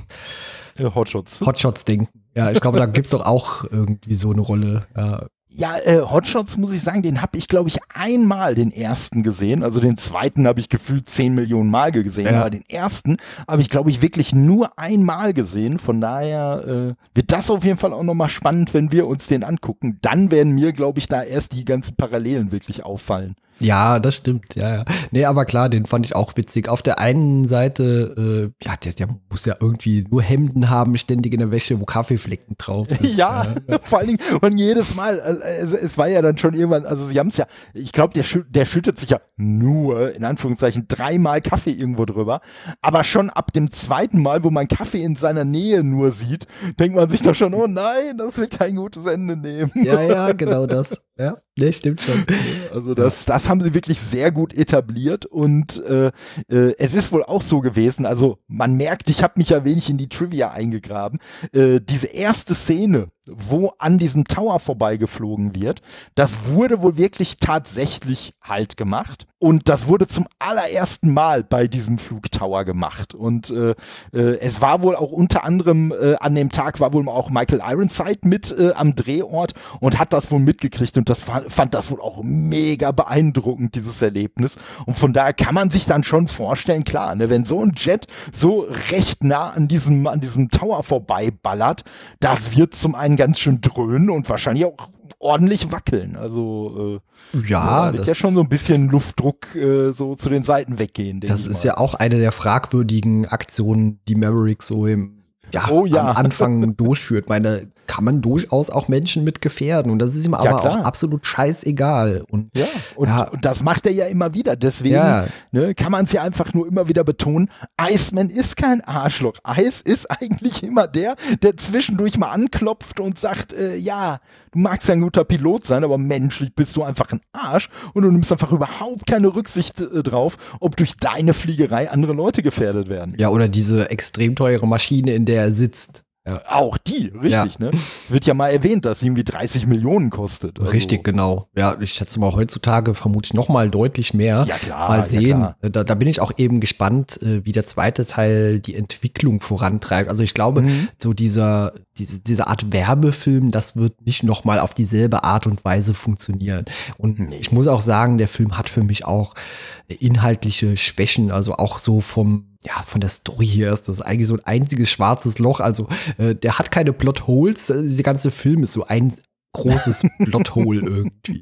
Hotshots denken. Ja, ich glaube, da gibt es doch auch irgendwie so eine Rolle. Ja, Hotshots, muss ich sagen, den habe ich, glaube ich, einmal den ersten gesehen. Also den zweiten habe ich gefühlt 10 Millionen Mal gesehen. Ja. Aber den ersten habe ich, glaube ich, wirklich nur einmal gesehen. Von daher wird das auf jeden Fall auch nochmal spannend, wenn wir uns den angucken. Dann werden mir, glaube ich, da erst die ganzen Parallelen wirklich auffallen. Ja, das stimmt, ja. Nee, aber klar, den fand ich auch witzig. Auf der einen Seite, ja, der muss ja irgendwie nur Hemden haben, ständig in der Wäsche, wo Kaffeeflecken drauf sind. Ja, vor allen Dingen, und jedes Mal, es war ja dann schon irgendwann, also sie haben es ja, ich glaube, der schüttet sich ja nur, in Anführungszeichen, 3-mal Kaffee irgendwo drüber, aber schon ab dem zweiten Mal, wo man Kaffee in seiner Nähe nur sieht, denkt man sich doch schon, oh nein, das wird kein gutes Ende nehmen. Ja, genau das. Ja, nee, stimmt schon. Also das haben sie wirklich sehr gut etabliert und es ist wohl auch so gewesen, also man merkt, ich habe mich ja wenig in die Trivia eingegraben, diese erste Szene, wo an diesem Tower vorbeigeflogen wird, das wurde wohl wirklich tatsächlich halt gemacht und das wurde zum allerersten Mal bei diesem Flugtower gemacht und es war wohl auch unter anderem an dem Tag war wohl auch Michael Ironside mit am Drehort und hat das wohl mitgekriegt und das fand das wohl auch mega beeindruckend, dieses Erlebnis, und von daher kann man sich dann schon vorstellen, klar, ne, wenn so ein Jet so recht nah an diesem Tower vorbeiballert, das wird zum einen ganz schön dröhnen und wahrscheinlich auch ordentlich wackeln. Also ja, wird ja schon so ein bisschen Luftdruck so zu den Seiten weggehen. Das ist ja auch eine der fragwürdigen Aktionen, die Maverick so am Anfang durchführt. Meine, kann man durchaus auch Menschen mit gefährden. Und das ist ihm aber auch absolut scheißegal. Und das macht er ja immer wieder. Deswegen kann man es ja einfach nur immer wieder betonen, Iceman ist kein Arschloch. Ice ist eigentlich immer der zwischendurch mal anklopft und sagt, du magst ja ein guter Pilot sein, aber menschlich bist du einfach ein Arsch und du nimmst einfach überhaupt keine Rücksicht drauf, ob durch deine Fliegerei andere Leute gefährdet werden. Ja, oder diese extrem teure Maschine, in der er sitzt. Ja. Auch die, richtig, ne? Es wird ja mal erwähnt, dass sie irgendwie 30 Millionen kostet. Also. Richtig, genau. Ja, ich schätze mal, heutzutage vermutlich noch mal deutlich mehr. Ja, klar. Mal sehen. Ja, klar. Da bin ich auch eben gespannt, wie der zweite Teil die Entwicklung vorantreibt. Also ich glaube, so diese Art Werbefilm, das wird nicht noch mal auf dieselbe Art und Weise funktionieren. Und ich muss auch sagen, der Film hat für mich auch inhaltliche Schwächen, also auch so von der Story her ist das eigentlich so ein einziges schwarzes Loch. Also der hat keine Plotholes. Dieser ganze Film ist so ein großes Plothole irgendwie.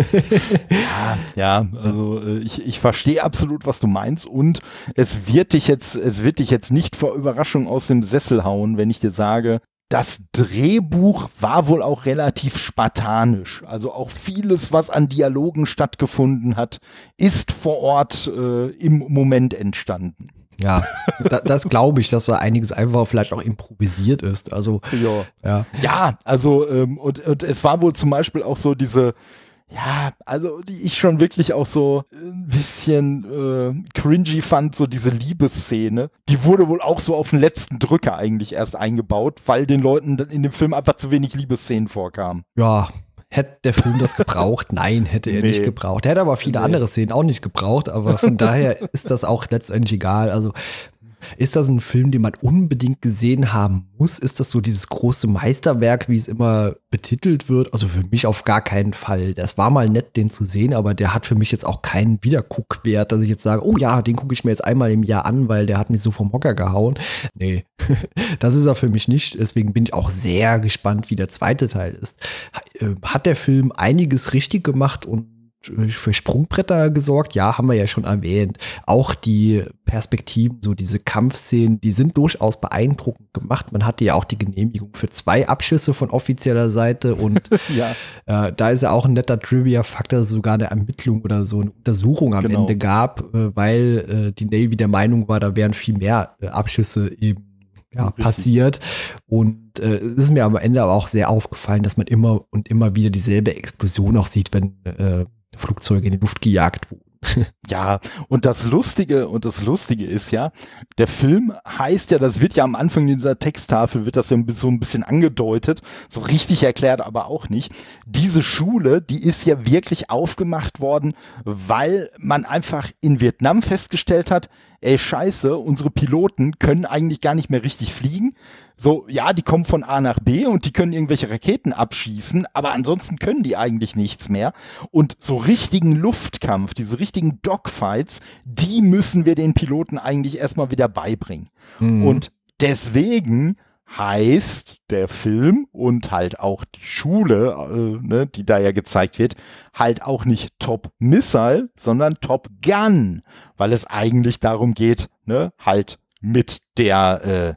Also ich verstehe absolut, was du meinst und es wird dich jetzt nicht vor Überraschung aus dem Sessel hauen, wenn ich dir sage, das Drehbuch war wohl auch relativ spartanisch. Also auch vieles, was an Dialogen stattgefunden hat, ist vor Ort im Moment entstanden. Ja, das glaube ich, dass da einiges einfach vielleicht auch improvisiert ist. Also, und es war wohl zum Beispiel auch so diese, die ich schon wirklich auch so ein bisschen cringy fand, so diese Liebesszene. Die wurde wohl auch so auf den letzten Drücker eigentlich erst eingebaut, weil den Leuten in dem Film einfach zu wenig Liebesszenen vorkamen. Ja. Hätte der Film das gebraucht? Nein, hätte er nicht gebraucht. Er hätte aber viele andere Szenen auch nicht gebraucht, aber von daher ist das auch letztendlich egal. Also ist das ein Film, den man unbedingt gesehen haben muss? Ist das so dieses große Meisterwerk, wie es immer betitelt wird? Also für mich auf gar keinen Fall. Das war mal nett, den zu sehen, aber der hat für mich jetzt auch keinen Wiederguckwert, dass ich jetzt sage, oh ja, den gucke ich mir jetzt einmal im Jahr an, weil der hat mich so vom Hocker gehauen. Nee, das ist er für mich nicht. Deswegen bin ich auch sehr gespannt, wie der zweite Teil ist. Hat der Film einiges richtig gemacht und für Sprungbretter gesorgt? Ja, haben wir ja schon erwähnt. Auch die Perspektiven, so diese Kampfszenen, die sind durchaus beeindruckend gemacht. Man hatte ja auch die Genehmigung für 2 Abschüsse von offizieller Seite und da ist ja auch ein netter Trivia-Faktor, dass es sogar eine Ermittlung oder so eine Untersuchung am Ende gab, weil die Navy der Meinung war, da wären viel mehr Abschüsse eben passiert. Und es ist mir am Ende aber auch sehr aufgefallen, dass man immer und immer wieder dieselbe Explosion auch sieht, wenn Flugzeuge in die Luft gejagt wurden. Ja, und das Lustige ist ja, der Film heißt ja, das wird ja am Anfang dieser Texttafel, wird das ja so ein bisschen angedeutet, so richtig erklärt aber auch nicht. Diese Schule, die ist ja wirklich aufgemacht worden, weil man einfach in Vietnam festgestellt hat, ey scheiße, unsere Piloten können eigentlich gar nicht mehr richtig fliegen. So, ja, die kommen von A nach B und die können irgendwelche Raketen abschießen, aber ansonsten können die eigentlich nichts mehr. Und so richtigen Luftkampf, diese richtigen Dogfights, die müssen wir den Piloten eigentlich erstmal wieder beibringen. Und deswegen heißt der Film und halt auch die Schule, die da ja gezeigt wird, halt auch nicht Top Missile, sondern Top Gun, weil es eigentlich darum geht, halt mit den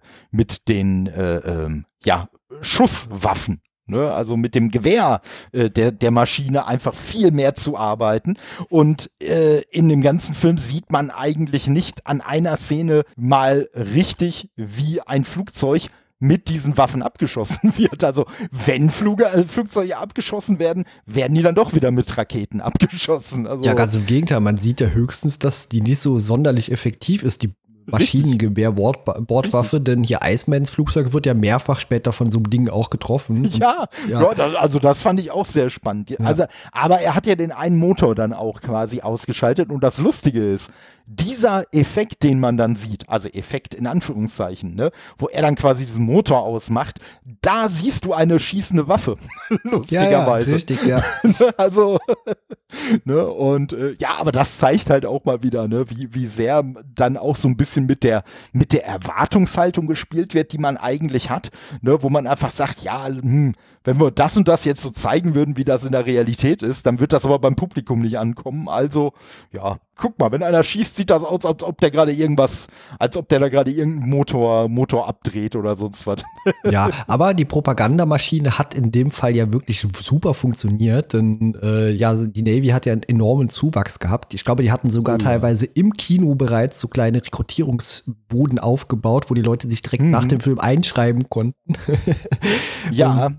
Schusswaffen, also mit dem Gewehr der Maschine einfach viel mehr zu arbeiten. Und in dem ganzen Film sieht man eigentlich nicht an einer Szene mal richtig, wie ein Flugzeug mit diesen Waffen abgeschossen wird. Also wenn Flugzeuge abgeschossen werden, werden die dann doch wieder mit Raketen abgeschossen. Also, ja, ganz im Gegenteil. Man sieht ja höchstens, dass die nicht so sonderlich effektiv ist, die Maschinengewehr-Bordwaffe, denn hier Icemans Flugzeug wird ja mehrfach später von so einem Ding auch getroffen. Also das fand ich auch sehr spannend. Ja. Also, aber er hat ja den einen Motor dann auch quasi ausgeschaltet und das Lustige ist, dieser Effekt, den man dann sieht, also Effekt in Anführungszeichen, wo er dann quasi diesen Motor ausmacht, da siehst du eine schießende Waffe. Lustigerweise. Ja, richtig, ja. Also, aber das zeigt halt auch mal wieder, wie sehr dann auch so ein bisschen mit der Erwartungshaltung gespielt wird, die man eigentlich hat, wo man einfach sagt, wenn wir das und das jetzt so zeigen würden, wie das in der Realität ist, dann wird das aber beim Publikum nicht ankommen. Also, guck mal, wenn einer schießt, sieht das aus, als ob der da gerade irgendeinen Motor abdreht oder sonst was. Ja, aber die Propagandamaschine hat in dem Fall ja wirklich super funktioniert, denn die Navy hat ja einen enormen Zuwachs gehabt. Ich glaube, die hatten sogar teilweise im Kino bereits so kleine Rekrutierungsbuden aufgebaut, wo die Leute sich direkt nach dem Film einschreiben konnten. Ja.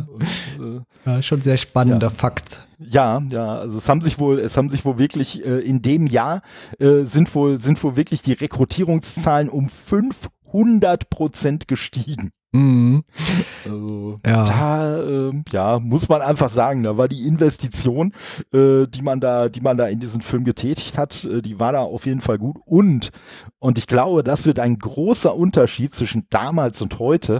Schon sehr spannender Fakt. Ja, also es haben sich wohl wirklich in dem Jahr sind wohl wirklich die Rekrutierungszahlen um 500% gestiegen. Mhm. Also, da muss man einfach sagen, da war die Investition, die man da in diesen Film getätigt hat, die war da auf jeden Fall gut. Und ich glaube, das wird ein großer Unterschied zwischen damals und heute.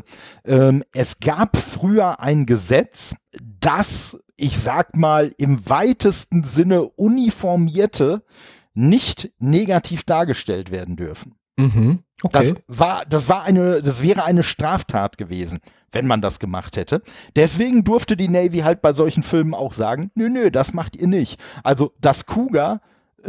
Es gab früher ein Gesetz, das, ich sag mal, im weitesten Sinne Uniformierte nicht negativ dargestellt werden dürfen. Mhm. Okay. Das wäre eine Straftat gewesen, wenn man das gemacht hätte. Deswegen durfte die Navy halt bei solchen Filmen auch sagen, nö, das macht ihr nicht. Also das Cougar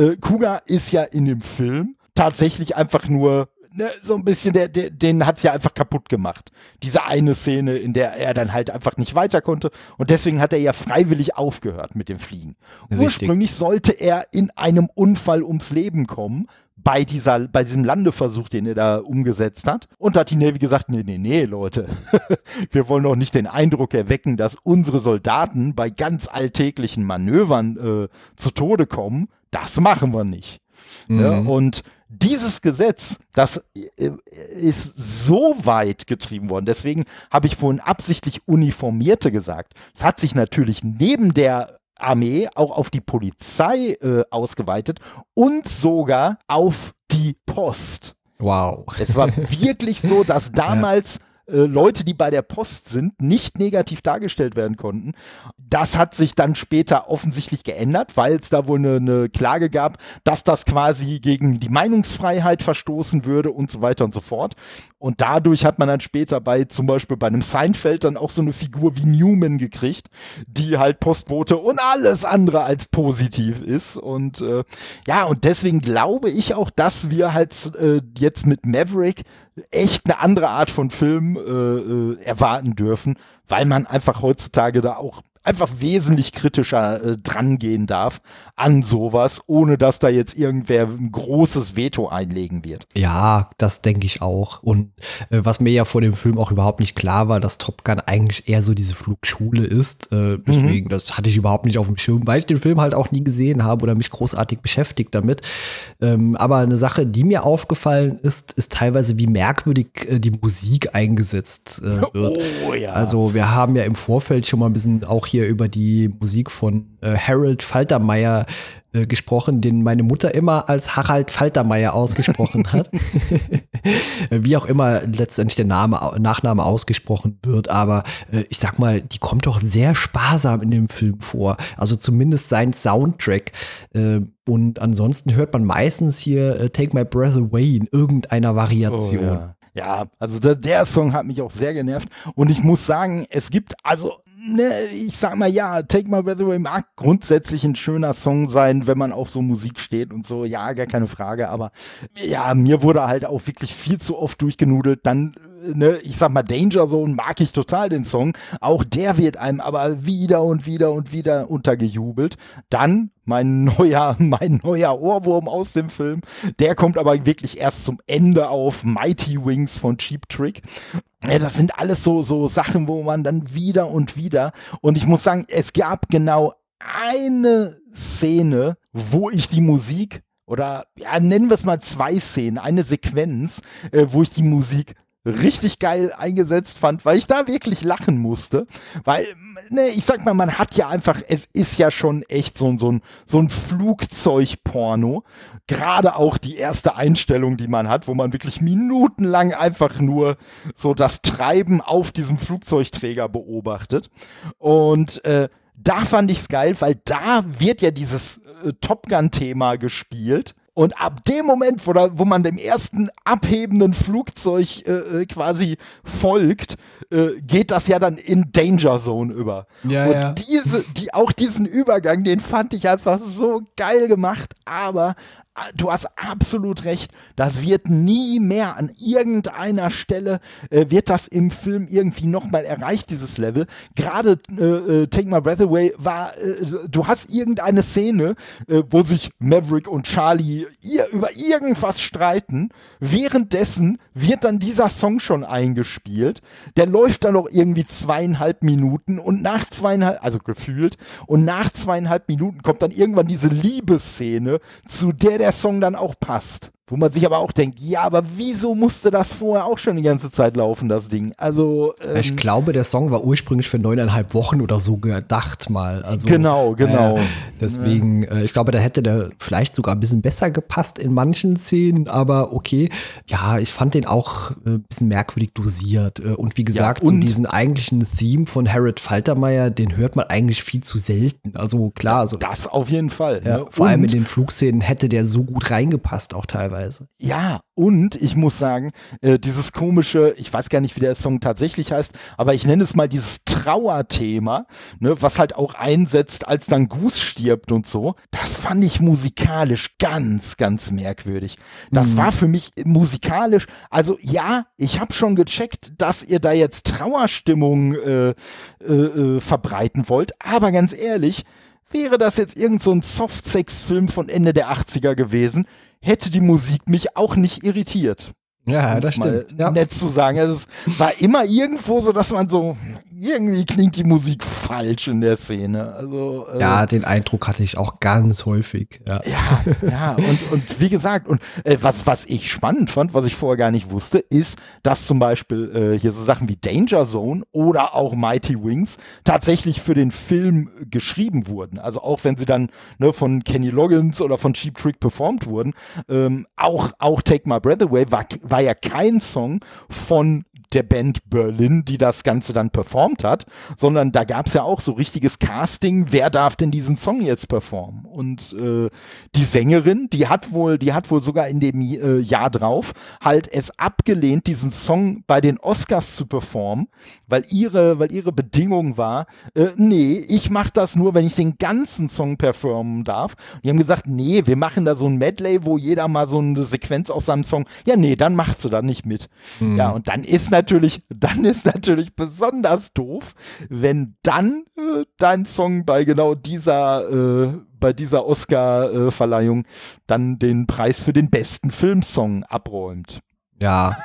ist ja in dem Film tatsächlich einfach nur so ein bisschen, den hat es ja einfach kaputt gemacht. Diese eine Szene, in der er dann halt einfach nicht weiter konnte. Und deswegen hat er ja freiwillig aufgehört mit dem Fliegen. Richtig. Ursprünglich sollte er in einem Unfall ums Leben kommen, bei diesem Landeversuch, den er da umgesetzt hat. Und da hat die Navy gesagt, nee, Leute, wir wollen doch nicht den Eindruck erwecken, dass unsere Soldaten bei ganz alltäglichen Manövern zu Tode kommen. Das machen wir nicht. Mhm. Ja, und dieses Gesetz, das ist so weit getrieben worden. Deswegen habe ich vorhin absichtlich Uniformierte gesagt. Es hat sich natürlich neben der Armee auch auf die Polizei ausgeweitet und sogar auf die Post. Wow. Es war wirklich so, dass damals Leute, die bei der Post sind, nicht negativ dargestellt werden konnten. Das hat sich dann später offensichtlich geändert, weil es da wohl eine Klage gab, dass das quasi gegen die Meinungsfreiheit verstoßen würde und so weiter und so fort. Und dadurch hat man dann später zum Beispiel bei einem Seinfeld dann auch so eine Figur wie Newman gekriegt, die halt Postbote und alles andere als positiv ist. Und und deswegen glaube ich auch, dass wir halt jetzt mit Maverick echt eine andere Art von Film erwarten dürfen, weil man einfach heutzutage da auch einfach wesentlich kritischer dran gehen darf an sowas, ohne dass da jetzt irgendwer ein großes Veto einlegen wird. Ja, das denke ich auch. Und was mir ja vor dem Film auch überhaupt nicht klar war, dass Top Gun eigentlich eher so diese Flugschule ist. Deswegen, das hatte ich überhaupt nicht auf dem Schirm, weil ich den Film halt auch nie gesehen habe oder mich großartig beschäftigt damit. Aber eine Sache, die mir aufgefallen ist teilweise, wie merkwürdig die Musik eingesetzt wird. Oh ja. Also wir haben ja im Vorfeld schon mal ein bisschen auch hier über die Musik von Harold Faltermeyer gesprochen, den meine Mutter immer als Harald Faltermeyer ausgesprochen hat. Wie auch immer letztendlich der Nachname ausgesprochen wird, aber ich sag mal, die kommt doch sehr sparsam in dem Film vor. Also zumindest sein Soundtrack. Und ansonsten hört man meistens hier Take My Breath Away in irgendeiner Variation. Oh, ja. Ja, also der Song hat mich auch sehr genervt. Und ich muss sagen, es gibt ich sag mal, ja, Take My Breath Away mag grundsätzlich ein schöner Song sein, wenn man auf so Musik steht und so, ja, gar keine Frage, aber ja, mir wurde halt auch wirklich viel zu oft durchgenudelt, dann ich sag mal, Danger Zone mag ich total, den Song, auch der wird einem aber wieder und wieder und wieder untergejubelt. Dann mein neuer Ohrwurm aus dem Film, der kommt aber wirklich erst zum Ende auf, Mighty Wings von Cheap Trick. Ja, das sind alles so Sachen, wo man dann wieder und ich muss sagen, es gab genau eine Szene, wo ich die Musik, oder ja, nennen wir es mal 2 Szenen, eine Sequenz, wo ich die Musik richtig geil eingesetzt fand, weil ich da wirklich lachen musste, weil, ich sag mal, man hat ja einfach, es ist ja schon echt so ein Flugzeugporno, gerade auch die erste Einstellung, die man hat, wo man wirklich minutenlang einfach nur so das Treiben auf diesem Flugzeugträger beobachtet und da fand ich's geil, weil da wird ja dieses Top Gun-Thema gespielt. Und ab dem Moment, wo man dem ersten abhebenden Flugzeug quasi folgt, geht das ja dann in Danger Zone über. Ja, und ja. auch diesen Übergang, den fand ich einfach so geil gemacht, aber du hast absolut recht, das wird nie mehr an irgendeiner Stelle, wird das im Film irgendwie nochmal erreicht, dieses Level. Gerade Take My Breath Away war, du hast irgendeine Szene, wo sich Maverick und Charlie über irgendwas streiten, währenddessen wird dann dieser Song schon eingespielt, der läuft dann noch irgendwie 2,5 Minuten und nach 2,5, also gefühlt, und nach 2,5 Minuten kommt dann irgendwann diese Liebesszene, zu der Song dann auch passt. Wo man sich aber auch denkt, ja, aber wieso musste das vorher auch schon die ganze Zeit laufen, das Ding? Also ich glaube, der Song war ursprünglich für 9,5 Wochen oder so gedacht mal. Also, genau. Deswegen, ich glaube, da hätte der vielleicht sogar ein bisschen besser gepasst in manchen Szenen, aber okay. Ja, ich fand den auch ein bisschen merkwürdig dosiert. Und wie gesagt, so diesen eigentlichen Theme von Harold Faltermeyer, den hört man eigentlich viel zu selten. Also klar. Also, das auf jeden Fall. Ja, vor allem in den Flugszenen hätte der so gut reingepasst, auch teilweise. Ja, und ich muss sagen, dieses komische, ich weiß gar nicht, wie der Song tatsächlich heißt, aber ich nenne es mal dieses Trauerthema, ne, was halt auch einsetzt, als dann Goose stirbt und so, das fand ich musikalisch ganz, ganz merkwürdig. Das war für mich musikalisch, also ja, ich habe schon gecheckt, dass ihr da jetzt Trauerstimmung verbreiten wollt, aber ganz ehrlich, wäre das jetzt irgend so ein Softsex-Film von Ende der 80er gewesen, hätte die Musik mich auch nicht irritiert. Ja, das stimmt. Ja. Nett zu sagen. Also es war immer irgendwo so, dass man so, irgendwie klingt die Musik falsch in der Szene. Also, ja, den Eindruck hatte ich auch ganz häufig. Ja, und wie gesagt, und was ich spannend fand, was ich vorher gar nicht wusste, ist, dass zum Beispiel hier so Sachen wie Danger Zone oder auch Mighty Wings tatsächlich für den Film geschrieben wurden. Also auch wenn sie dann von Kenny Loggins oder von Cheap Trick performt wurden, auch Take My Breath Away war ja kein Song von der Band Berlin, die das Ganze dann performt hat, sondern da gab es ja auch so richtiges Casting, wer darf denn diesen Song jetzt performen? Und die Sängerin, die hat wohl sogar in dem Jahr drauf halt es abgelehnt, diesen Song bei den Oscars zu performen, weil ihre Bedingung war, nee, ich mache das nur, wenn ich den ganzen Song performen darf. Und die haben gesagt, nee, wir machen da so ein Medley, wo jeder mal so eine Sequenz aus seinem Song, ja nee, dann macht sie da nicht mit. Ja, und dann ist natürlich besonders doof, wenn dann dein Song bei genau dieser Oscar-Verleihung dann den Preis für den besten Filmsong abräumt. Ja.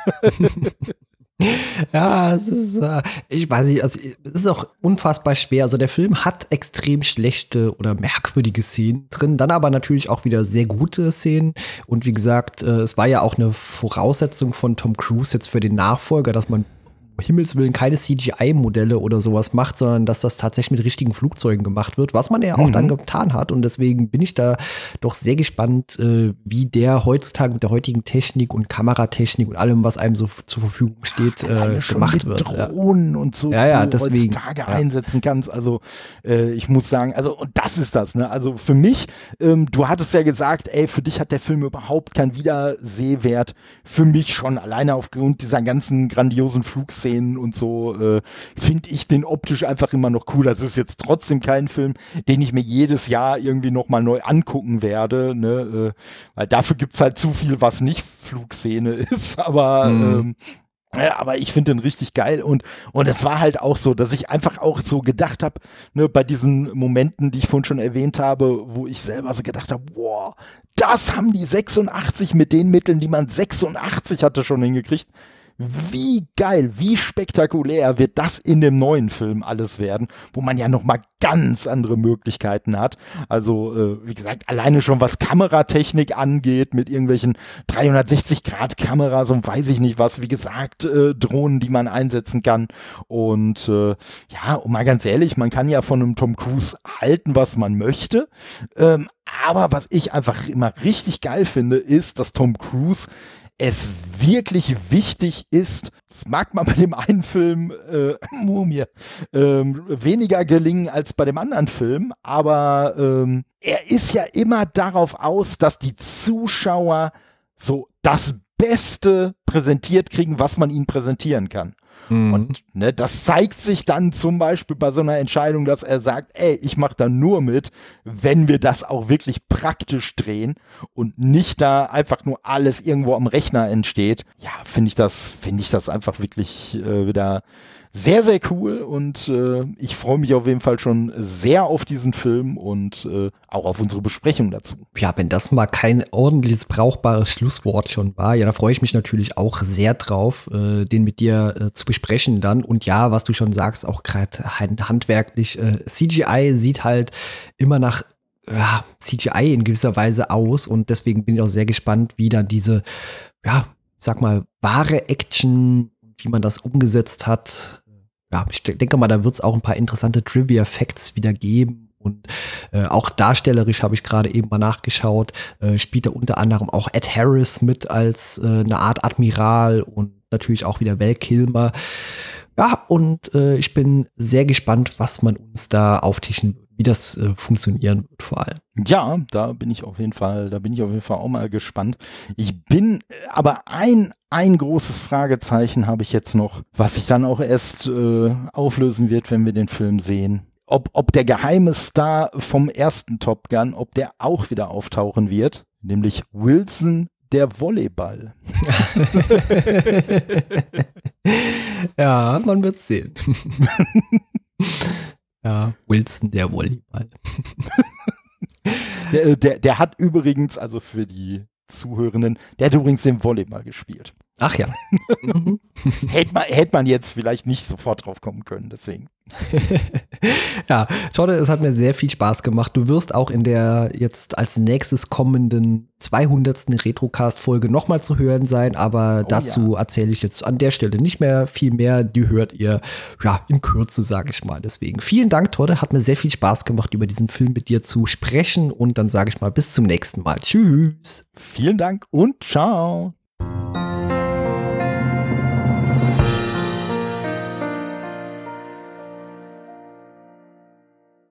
Ja, es ist, ich weiß nicht, also es ist auch unfassbar schwer. Also der Film hat extrem schlechte oder merkwürdige Szenen drin, dann aber natürlich auch wieder sehr gute Szenen. Und wie gesagt, es war ja auch eine Voraussetzung von Tom Cruise jetzt für den Nachfolger, dass man um Himmels Willen keine CGI-Modelle oder sowas macht, sondern dass das tatsächlich mit richtigen Flugzeugen gemacht wird, was man ja auch dann getan hat. Und deswegen bin ich da doch sehr gespannt, wie der heutzutage mit der heutigen Technik und Kameratechnik und allem, was einem so zur Verfügung steht, gemacht wird. Drohnen und so, ja, du deswegen heutzutage einsetzen kannst. Also ich muss sagen, also und das ist das, ne? Also für mich, du hattest ja gesagt, ey, für dich hat der Film überhaupt keinen Wiedersehwert. Für mich schon, alleine aufgrund dieser ganzen grandiosen Flugszenen und so, finde ich den optisch einfach immer noch cool. Das ist jetzt trotzdem kein Film, den ich mir jedes Jahr irgendwie nochmal neu angucken werde, ne? Weil dafür gibt es halt zu viel, was nicht Flugszene ist, aber aber ich finde den richtig geil und es war halt auch so, dass ich einfach auch so gedacht habe, ne, bei diesen Momenten, die ich vorhin schon erwähnt habe, wo ich selber so gedacht habe, wow, das haben die 86 mit den Mitteln, die man 86 hatte, schon hingekriegt. Wie geil, wie spektakulär wird das in dem neuen Film alles werden, wo man ja nochmal ganz andere Möglichkeiten hat. Also, wie gesagt, alleine schon was Kameratechnik angeht, mit irgendwelchen 360-Grad-Kameras und weiß ich nicht was, wie gesagt, Drohnen, die man einsetzen kann. Und ja, und mal ganz ehrlich, man kann ja von einem Tom Cruise halten, was man möchte. Aber was ich einfach immer richtig geil finde, ist, dass Tom Cruise es wirklich wichtig ist, das mag man bei dem einen Film Mumie weniger gelingen als bei dem anderen Film, aber er ist ja immer darauf aus, dass die Zuschauer so das Beste präsentiert kriegen, was man ihnen präsentieren kann. Und das zeigt sich dann zum Beispiel bei so einer Entscheidung, dass er sagt, ey, ich mache da nur mit, wenn wir das auch wirklich praktisch drehen und nicht da einfach nur alles irgendwo am Rechner entsteht. Ja, finde ich das einfach wirklich wieder sehr, sehr cool und ich freue mich auf jeden Fall schon sehr auf diesen Film und auch auf unsere Besprechung dazu. Ja, wenn das mal kein ordentliches, brauchbares Schlusswort schon war, ja, da freue ich mich natürlich auch sehr drauf, den mit dir zu besprechen dann. Und ja, was du schon sagst, auch gerade handwerklich, CGI sieht halt immer nach CGI in gewisser Weise aus und deswegen bin ich auch sehr gespannt, wie dann diese, ja, sag mal, wahre Action, wie man das umgesetzt hat. Ja, ich denke mal, da wird es auch ein paar interessante Trivia-Facts wieder geben. Und auch darstellerisch habe ich gerade eben mal nachgeschaut, spielt da unter anderem auch Ed Harris mit als eine Art Admiral und natürlich auch wieder Val Kilmer. Ja, und ich bin sehr gespannt, was man uns da auftischen wird, wie das funktionieren wird vor allem. Ja, da bin ich auf jeden Fall auch mal gespannt. Ich bin aber ein großes Fragezeichen habe ich jetzt noch, was sich dann auch erst auflösen wird, wenn wir den Film sehen. Ob der geheime Star vom ersten Top Gun, ob der auch wieder auftauchen wird, nämlich Wilson der Volleyball. Ja, man wird sehen. Ja, Wilson der Volleyball. Der hat übrigens, also für die Zuhörenden, der hat übrigens den Volleyball gespielt. Ach ja. Hätte man jetzt vielleicht nicht sofort drauf kommen können, deswegen. Ja, Tolle, es hat mir sehr viel Spaß gemacht. Du wirst auch in der jetzt als nächstes kommenden 200. Retrocast-Folge nochmal zu hören sein, aber dazu erzähle ich jetzt an der Stelle nicht mehr viel mehr. Die hört ihr ja in Kürze, sage ich mal. Deswegen vielen Dank, Tolle, hat mir sehr viel Spaß gemacht, über diesen Film mit dir zu sprechen und dann sage ich mal bis zum nächsten Mal. Tschüss. Vielen Dank und ciao.